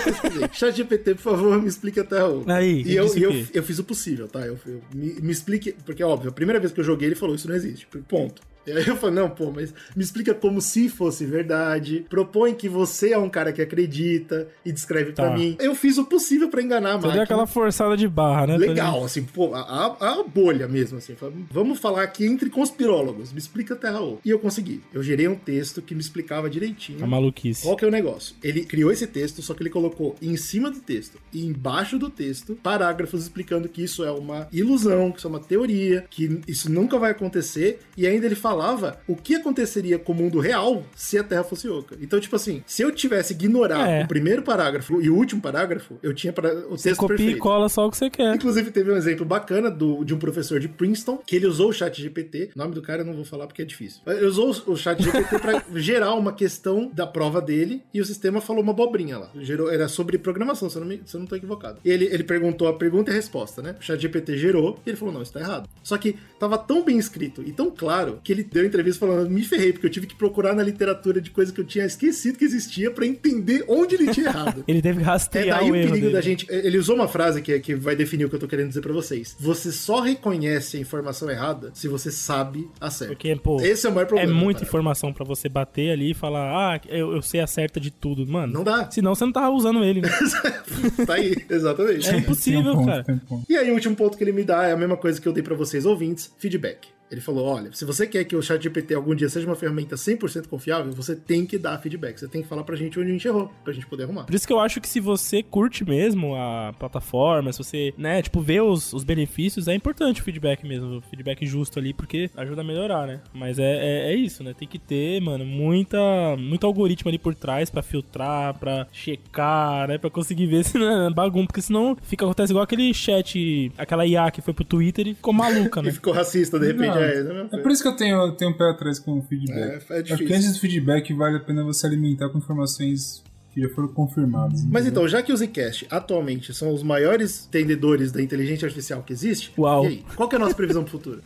ChatGPT, por favor, me explica a Terra Oca. Aí, e eu fiz o possível, tá? Me explique, porque óbvio, a primeira vez que eu joguei, ele falou, isso não existe. Ponto. E aí eu falei, não, pô, mas me explica como se fosse verdade, propõe que você é um cara que acredita e descreve pra mim. Eu fiz o possível pra enganar a máquina. Deu aquela forçada de barra, né? Legal, assim, pô, a bolha mesmo, assim. Vamos falar aqui entre conspirólogos, me explica a Terra Oca. E eu consegui. Eu gerei um texto que me explicava direitinho. A maluquice. Qual que é o negócio? Ele criou esse texto, só que ele colocou em cima do texto e embaixo do texto parágrafos explicando que isso é uma ilusão, que isso é uma teoria, que isso nunca vai acontecer, e ainda ele falava o que aconteceria com o mundo real se a Terra fosse oca. Então, tipo assim, se eu tivesse ignorar o primeiro parágrafo e o último parágrafo, eu tinha o texto você copia perfeito. E cola só o que você quer. Inclusive, teve um exemplo bacana de um professor de Princeton, que ele usou o ChatGPT. O nome do cara eu não vou falar porque é difícil. Ele usou o ChatGPT pra gerar uma questão da prova dele e o sistema falou uma abobrinha lá. Era sobre programação, se eu não tô equivocado. E ele perguntou a pergunta e a resposta, né? O ChatGPT gerou e ele falou, não, isso tá errado. Só que tava tão bem escrito e tão claro que ele deu entrevista falando, me ferrei, porque eu tive que procurar na literatura de coisa que eu tinha esquecido que existia pra entender onde ele tinha errado. Ele teve que rastrear o perigo dele. Da gente. Ele usou uma frase que vai definir o que eu tô querendo dizer pra vocês. Você só reconhece a informação errada se você sabe a certa. Porque, pô, esse é o maior problema. É muita informação pra você bater ali e falar, eu sei a certa de tudo. Mano, não dá. Senão você não tava usando ele, né? Tá aí, exatamente. É impossível, cara. E aí o último ponto que ele me dá é a mesma coisa que eu dei pra vocês ouvintes, feedback. Ele falou, olha, se você quer que o ChatGPT algum dia seja uma ferramenta 100% confiável, você tem que dar feedback. Você tem que falar pra gente onde a gente errou, pra gente poder arrumar. Por isso que eu acho que se você curte mesmo a plataforma, se você, né, tipo, vê os benefícios, é importante o feedback mesmo, o feedback justo ali, porque ajuda a melhorar, né? Mas é isso, né? Tem que ter, mano, muito algoritmo ali por trás pra filtrar, pra checar, né? Pra conseguir ver se não é bagunça, porque senão acontece igual aquele chat, aquela IA que foi pro Twitter e ficou maluca, né? E ficou racista, de repente. É por isso que eu tenho um pé atrás com o feedback. É difícil. Acho que antes do feedback vale a pena você alimentar com informações que já foram confirmadas. Mas então, já que o Zcast atualmente são os maiores entendedores da inteligência artificial que existe, uau. E aí? Qual que é a nossa previsão pro futuro?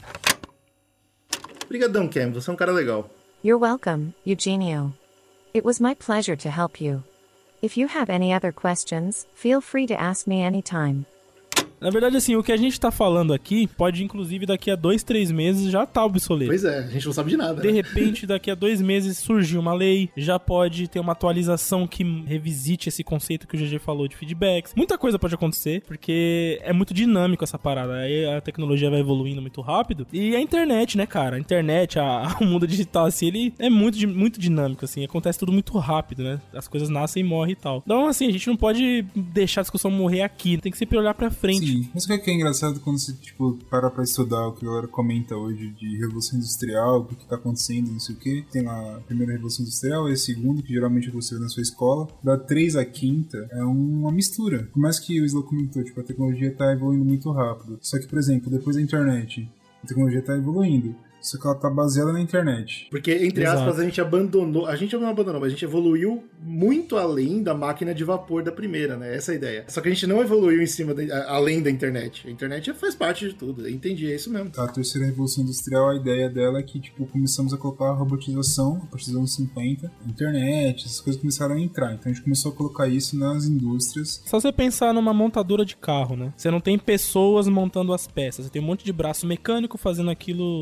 Obrigadão, Cam. Você é um cara legal. You're welcome, Eugenio. It was my pleasure to help you. If you have any other questions, feel free to ask me anytime. Na verdade, assim, o que a gente tá falando aqui pode, inclusive, daqui a 2-3 meses já tá obsoleto. Pois é, a gente não sabe de nada. De repente, daqui a 2 meses surgiu uma lei, já pode ter uma atualização que revisite esse conceito que o GG falou de feedbacks. Muita coisa pode acontecer, porque é muito dinâmico essa parada. Aí a tecnologia vai evoluindo muito rápido. E a internet, né, cara? A internet, o mundo digital, assim, ele é muito dinâmico, assim. Acontece tudo muito rápido, né? As coisas nascem e morrem e tal. Então, assim, a gente não pode deixar a discussão morrer aqui. Tem que sempre olhar pra frente. Sim. Mas o que é engraçado quando você, tipo, para pra estudar o que a galera comenta hoje de Revolução Industrial, o que tá acontecendo, não sei o que. Tem lá a primeira Revolução Industrial e a segunda, que geralmente você vê na sua escola. Da 3 à 5ª é uma mistura. Por mais que o Slow comentou, tipo, a tecnologia tá evoluindo muito rápido. Só que, por exemplo, depois da internet, a tecnologia tá evoluindo. Só que ela tá baseada na internet. Porque, entre aspas, a gente abandonou... A gente não abandonou, mas a gente evoluiu muito além da máquina de vapor da primeira, né? Essa é a ideia. Só que a gente não evoluiu em cima além da internet. A internet faz parte de tudo. Eu entendi, é isso mesmo. A terceira revolução industrial, a ideia dela é que, tipo, começamos a colocar a robotização, a partir dos anos 50, internet, essas coisas começaram a entrar. Então a gente começou a colocar isso nas indústrias. Só você pensar numa montadora de carro, né? Você não tem pessoas montando as peças. Você tem um monte de braço mecânico fazendo aquilo o tempo todo.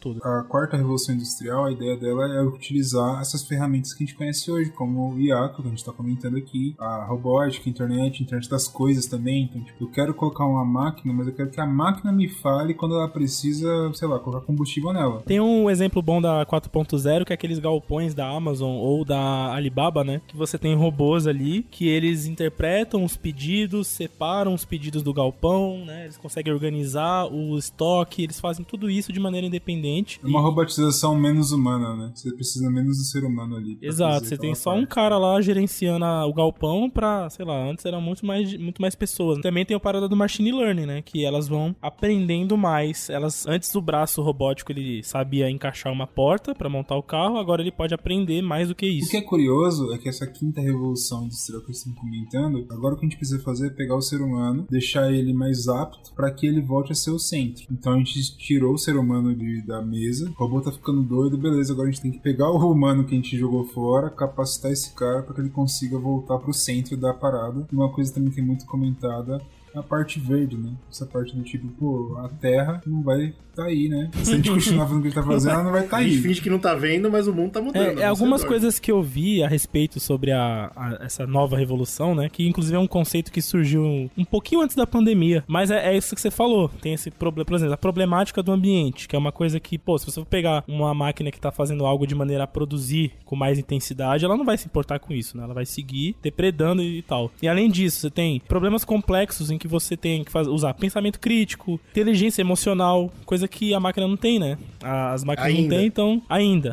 todo. A quarta revolução industrial, a ideia dela é utilizar essas ferramentas que a gente conhece hoje, como o IA, que a gente tá comentando aqui, a robótica, a internet das coisas também. Então, tipo, eu quero colocar uma máquina, mas eu quero que a máquina me fale quando ela precisa, sei lá, colocar combustível nela. Tem um exemplo bom da 4.0, que é aqueles galpões da Amazon ou da Alibaba, né? Que você tem robôs ali, que eles interpretam os pedidos, separam os pedidos do galpão, né? Eles conseguem organizar o estoque, eles fazem tudo isso de maneira independente. É uma robotização menos humana, né? Você precisa menos do ser humano ali. Exato, você tem só um cara lá gerenciando o galpão pra, sei lá, antes eram muito mais pessoas. Também tem a parada do machine learning, né? Que elas vão aprendendo mais. Antes o braço robótico, ele sabia encaixar uma porta pra montar o carro, agora ele pode aprender mais do que isso. O que é curioso é que essa quinta revolução industrial que eles estão comentando, agora o que a gente precisa fazer é pegar o ser humano, deixar ele mais apto pra que ele volte a ser o centro. Então a gente tirou o ser humano da mesa, o robô tá ficando doido, beleza, agora a gente tem que pegar o humano que a gente jogou fora, capacitar esse cara pra que ele consiga voltar pro centro da parada. E uma coisa também que é muito comentada, a parte verde, né? Essa parte do tipo, pô, a Terra não vai tá aí, né? Se a gente continuar fazendo o que ele tá fazendo, ela não vai tá aí. A gente finge que não tá vendo, mas o mundo tá mudando. Algumas coisas que eu vi a respeito sobre essa nova revolução, né? Que inclusive é um conceito que surgiu um pouquinho antes da pandemia. Mas é isso que você falou. Tem esse problema, por exemplo, a problemática do ambiente, que é uma coisa que, pô, se você for pegar uma máquina que tá fazendo algo de maneira a produzir com mais intensidade, ela não vai se importar com isso, né? Ela vai seguir depredando e tal. E além disso, você tem problemas complexos em que você tem que usar pensamento crítico, inteligência emocional, coisa que a máquina não tem, né? As máquinas não têm, então... Ainda.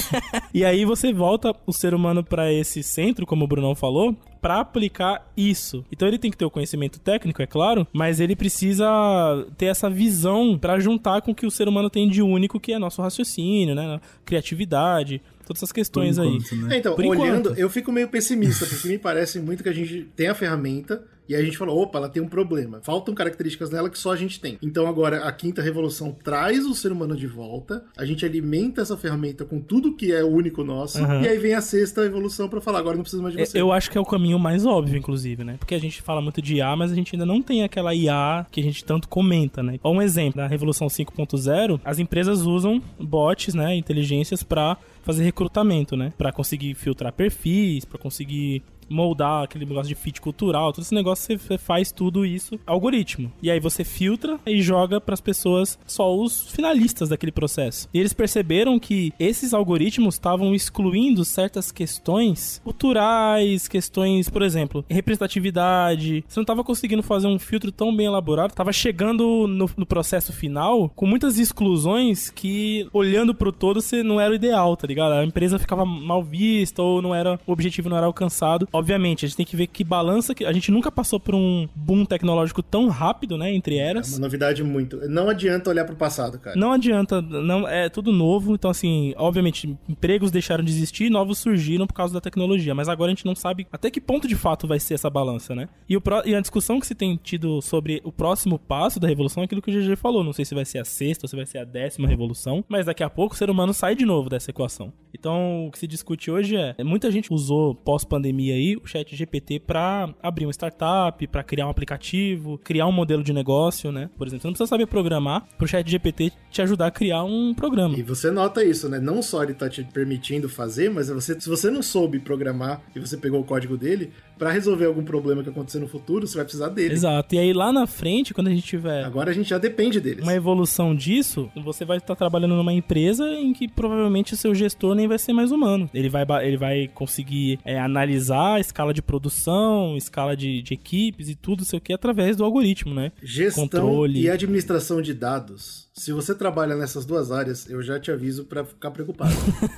E aí você volta o ser humano pra esse centro, como o Brunão falou, pra aplicar isso. Então ele tem que ter o conhecimento técnico, é claro, mas ele precisa ter essa visão pra juntar com o que o ser humano tem de único, que é nosso raciocínio, né? Criatividade... Todas essas questões aí. Né? Então, olhando, eu fico meio pessimista, porque me parece muito que a gente tem a ferramenta e a gente fala, opa, ela tem um problema. Faltam características nela que só a gente tem. Então agora a quinta revolução traz o ser humano de volta, a gente alimenta essa ferramenta com tudo que é único nosso, e aí vem a sexta evolução pra falar, agora não preciso mais de você. Eu acho que é o caminho mais óbvio, inclusive, né? Porque a gente fala muito de IA, mas a gente ainda não tem aquela IA que a gente tanto comenta, né? Um exemplo, na revolução 5.0, as empresas usam bots, né, inteligências pra fazer recrutamento, né? Pra conseguir filtrar perfis, pra conseguir moldar aquele negócio de fit cultural, todo esse negócio, você faz tudo isso algoritmo. E aí você filtra e joga pras pessoas só os finalistas daquele processo. E eles perceberam que esses algoritmos estavam excluindo certas questões culturais, questões, por exemplo, representatividade. Você não tava conseguindo fazer um filtro tão bem elaborado, tava chegando no processo final com muitas exclusões que, olhando pro todo, você não era o ideal, tá ligado? A empresa ficava mal vista ou o objetivo não era alcançado. Obviamente, a gente tem que ver que balança... A gente nunca passou por um boom tecnológico tão rápido, né? Entre eras. É uma novidade muito... Não adianta olhar pro passado, cara. Não adianta. Não, é tudo novo. Então, assim, obviamente, empregos deixaram de existir, novos surgiram por causa da tecnologia. Mas agora a gente não sabe até que ponto, de fato, vai ser essa balança, né? E a discussão que se tem tido sobre o próximo passo da revolução é aquilo que o GG falou. Não sei se vai ser a sexta ou se vai ser a 10ª revolução. Mas daqui a pouco o ser humano sai de novo dessa equação. Então, o que se discute hoje muita gente usou pós-pandemia aí o ChatGPT para abrir uma startup, para criar um aplicativo, criar um modelo de negócio, né? Por exemplo, você não precisa saber programar pro ChatGPT te ajudar a criar um programa. E você nota isso, né? Não só ele tá te permitindo fazer, mas se você não soube programar e você pegou o código dele, para resolver algum problema que acontecer no futuro, você vai precisar dele. Exato. E aí lá na frente, quando a gente tiver... Agora a gente já depende deles. Uma evolução disso, você vai estar trabalhando numa empresa em que provavelmente o seu gestor nem vai ser mais humano. Ele vai conseguir analisar a escala de produção, escala de equipes e tudo, sei o que, através do algoritmo, né? Gestão controle e administração de dados. Se você trabalha nessas duas áreas, eu já te aviso pra ficar preocupado.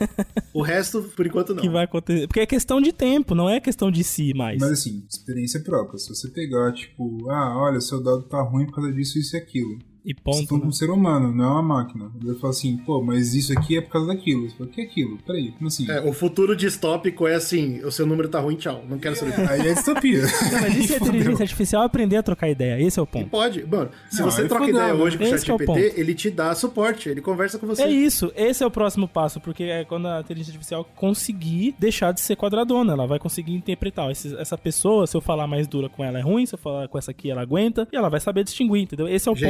O resto, por enquanto, não. Que vai acontecer. Porque é questão de tempo, não é questão de si mais. Mas assim, experiência própria. Se você pegar, tipo, olha, seu dado tá ruim por causa disso, isso e aquilo. E ponto. Você tá um ser humano, não é uma máquina. Ele fala assim, pô, mas isso aqui é por causa daquilo. Você fala, o que é aquilo? Peraí, como assim? O futuro distópico é assim, o seu número tá ruim, tchau. Não quero saber. Aí é distopia. Não, mas isso é inteligência artificial aprender a trocar ideia. Esse é o ponto. E pode. Mano, se você troca ideia hoje com o ChatGPT, ele te dá suporte, ele conversa com você. É isso. Esse é o próximo passo, porque é quando a inteligência artificial conseguir deixar de ser quadradona. Ela vai conseguir interpretar. Essa pessoa, se eu falar mais dura com ela é ruim, se eu falar com essa aqui ela aguenta, e ela vai saber distinguir, entendeu? Esse é o ponto que eu já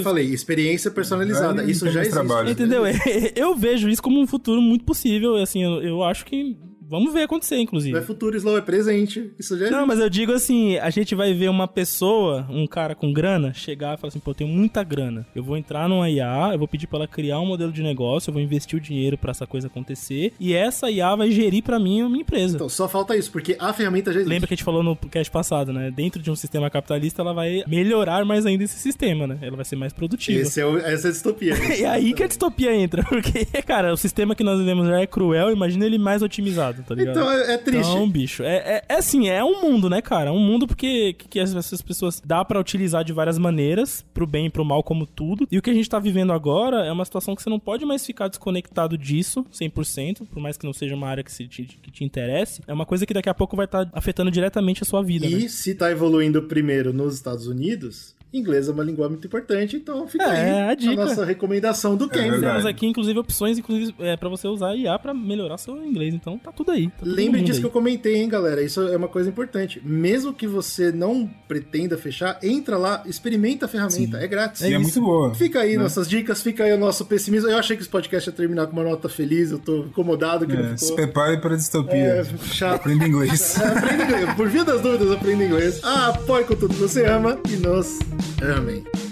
falei, experiência personalizada. Isso já existe. Trabalho. Entendeu? Eu vejo isso como um futuro muito possível, assim, eu acho que... Vamos ver acontecer, inclusive. Não é futuro, Slow, é presente. Isso já existe. Não, mas eu digo assim, a gente vai ver uma pessoa, um cara com grana, chegar e falar assim, pô, eu tenho muita grana. Eu vou entrar numa IA, eu vou pedir pra ela criar um modelo de negócio, eu vou investir o dinheiro pra essa coisa acontecer, e essa IA vai gerir pra mim a minha empresa. Então, só falta isso, porque a ferramenta já existe. Lembra que a gente falou no cast passado, né? Dentro de um sistema capitalista, ela vai melhorar mais ainda esse sistema, né? Ela vai ser mais produtiva. Essa é a distopia. É aí que a distopia entra, porque, cara, o sistema que nós vivemos já é cruel, imagina ele mais otimizado, tá ligado? Então, é triste. Então, bicho, é assim, é um mundo, né, cara? É um mundo porque que essas pessoas dá pra utilizar de várias maneiras, pro bem e pro mal, como tudo. E o que a gente tá vivendo agora é uma situação que você não pode mais ficar desconectado disso, 100%, por mais que não seja uma área que te interesse. É uma coisa que daqui a pouco vai estar afetando diretamente a sua vida, e né? se tá evoluindo primeiro nos Estados Unidos... Inglês é uma língua muito importante, então fica aí a dica. nossa recomendação do Ken. Temos aqui, inclusive, opções pra você usar IA pra melhorar seu inglês, então tá tudo aí. Tá Lembre disso que eu comentei, hein, galera, isso é uma coisa importante. Mesmo que você não pretenda fechar, entra lá, experimenta a ferramenta, é grátis. É muito boa. Fica aí nossas dicas, fica aí o nosso pessimismo. Eu achei que esse podcast ia terminar com uma nota feliz, eu tô incomodado que não ficou. Se prepare para a distopia. Chato. Aprenda inglês. Aprenda inglês. Por via das dúvidas, aprenda inglês. Apoie com tudo que você ama e nos amem.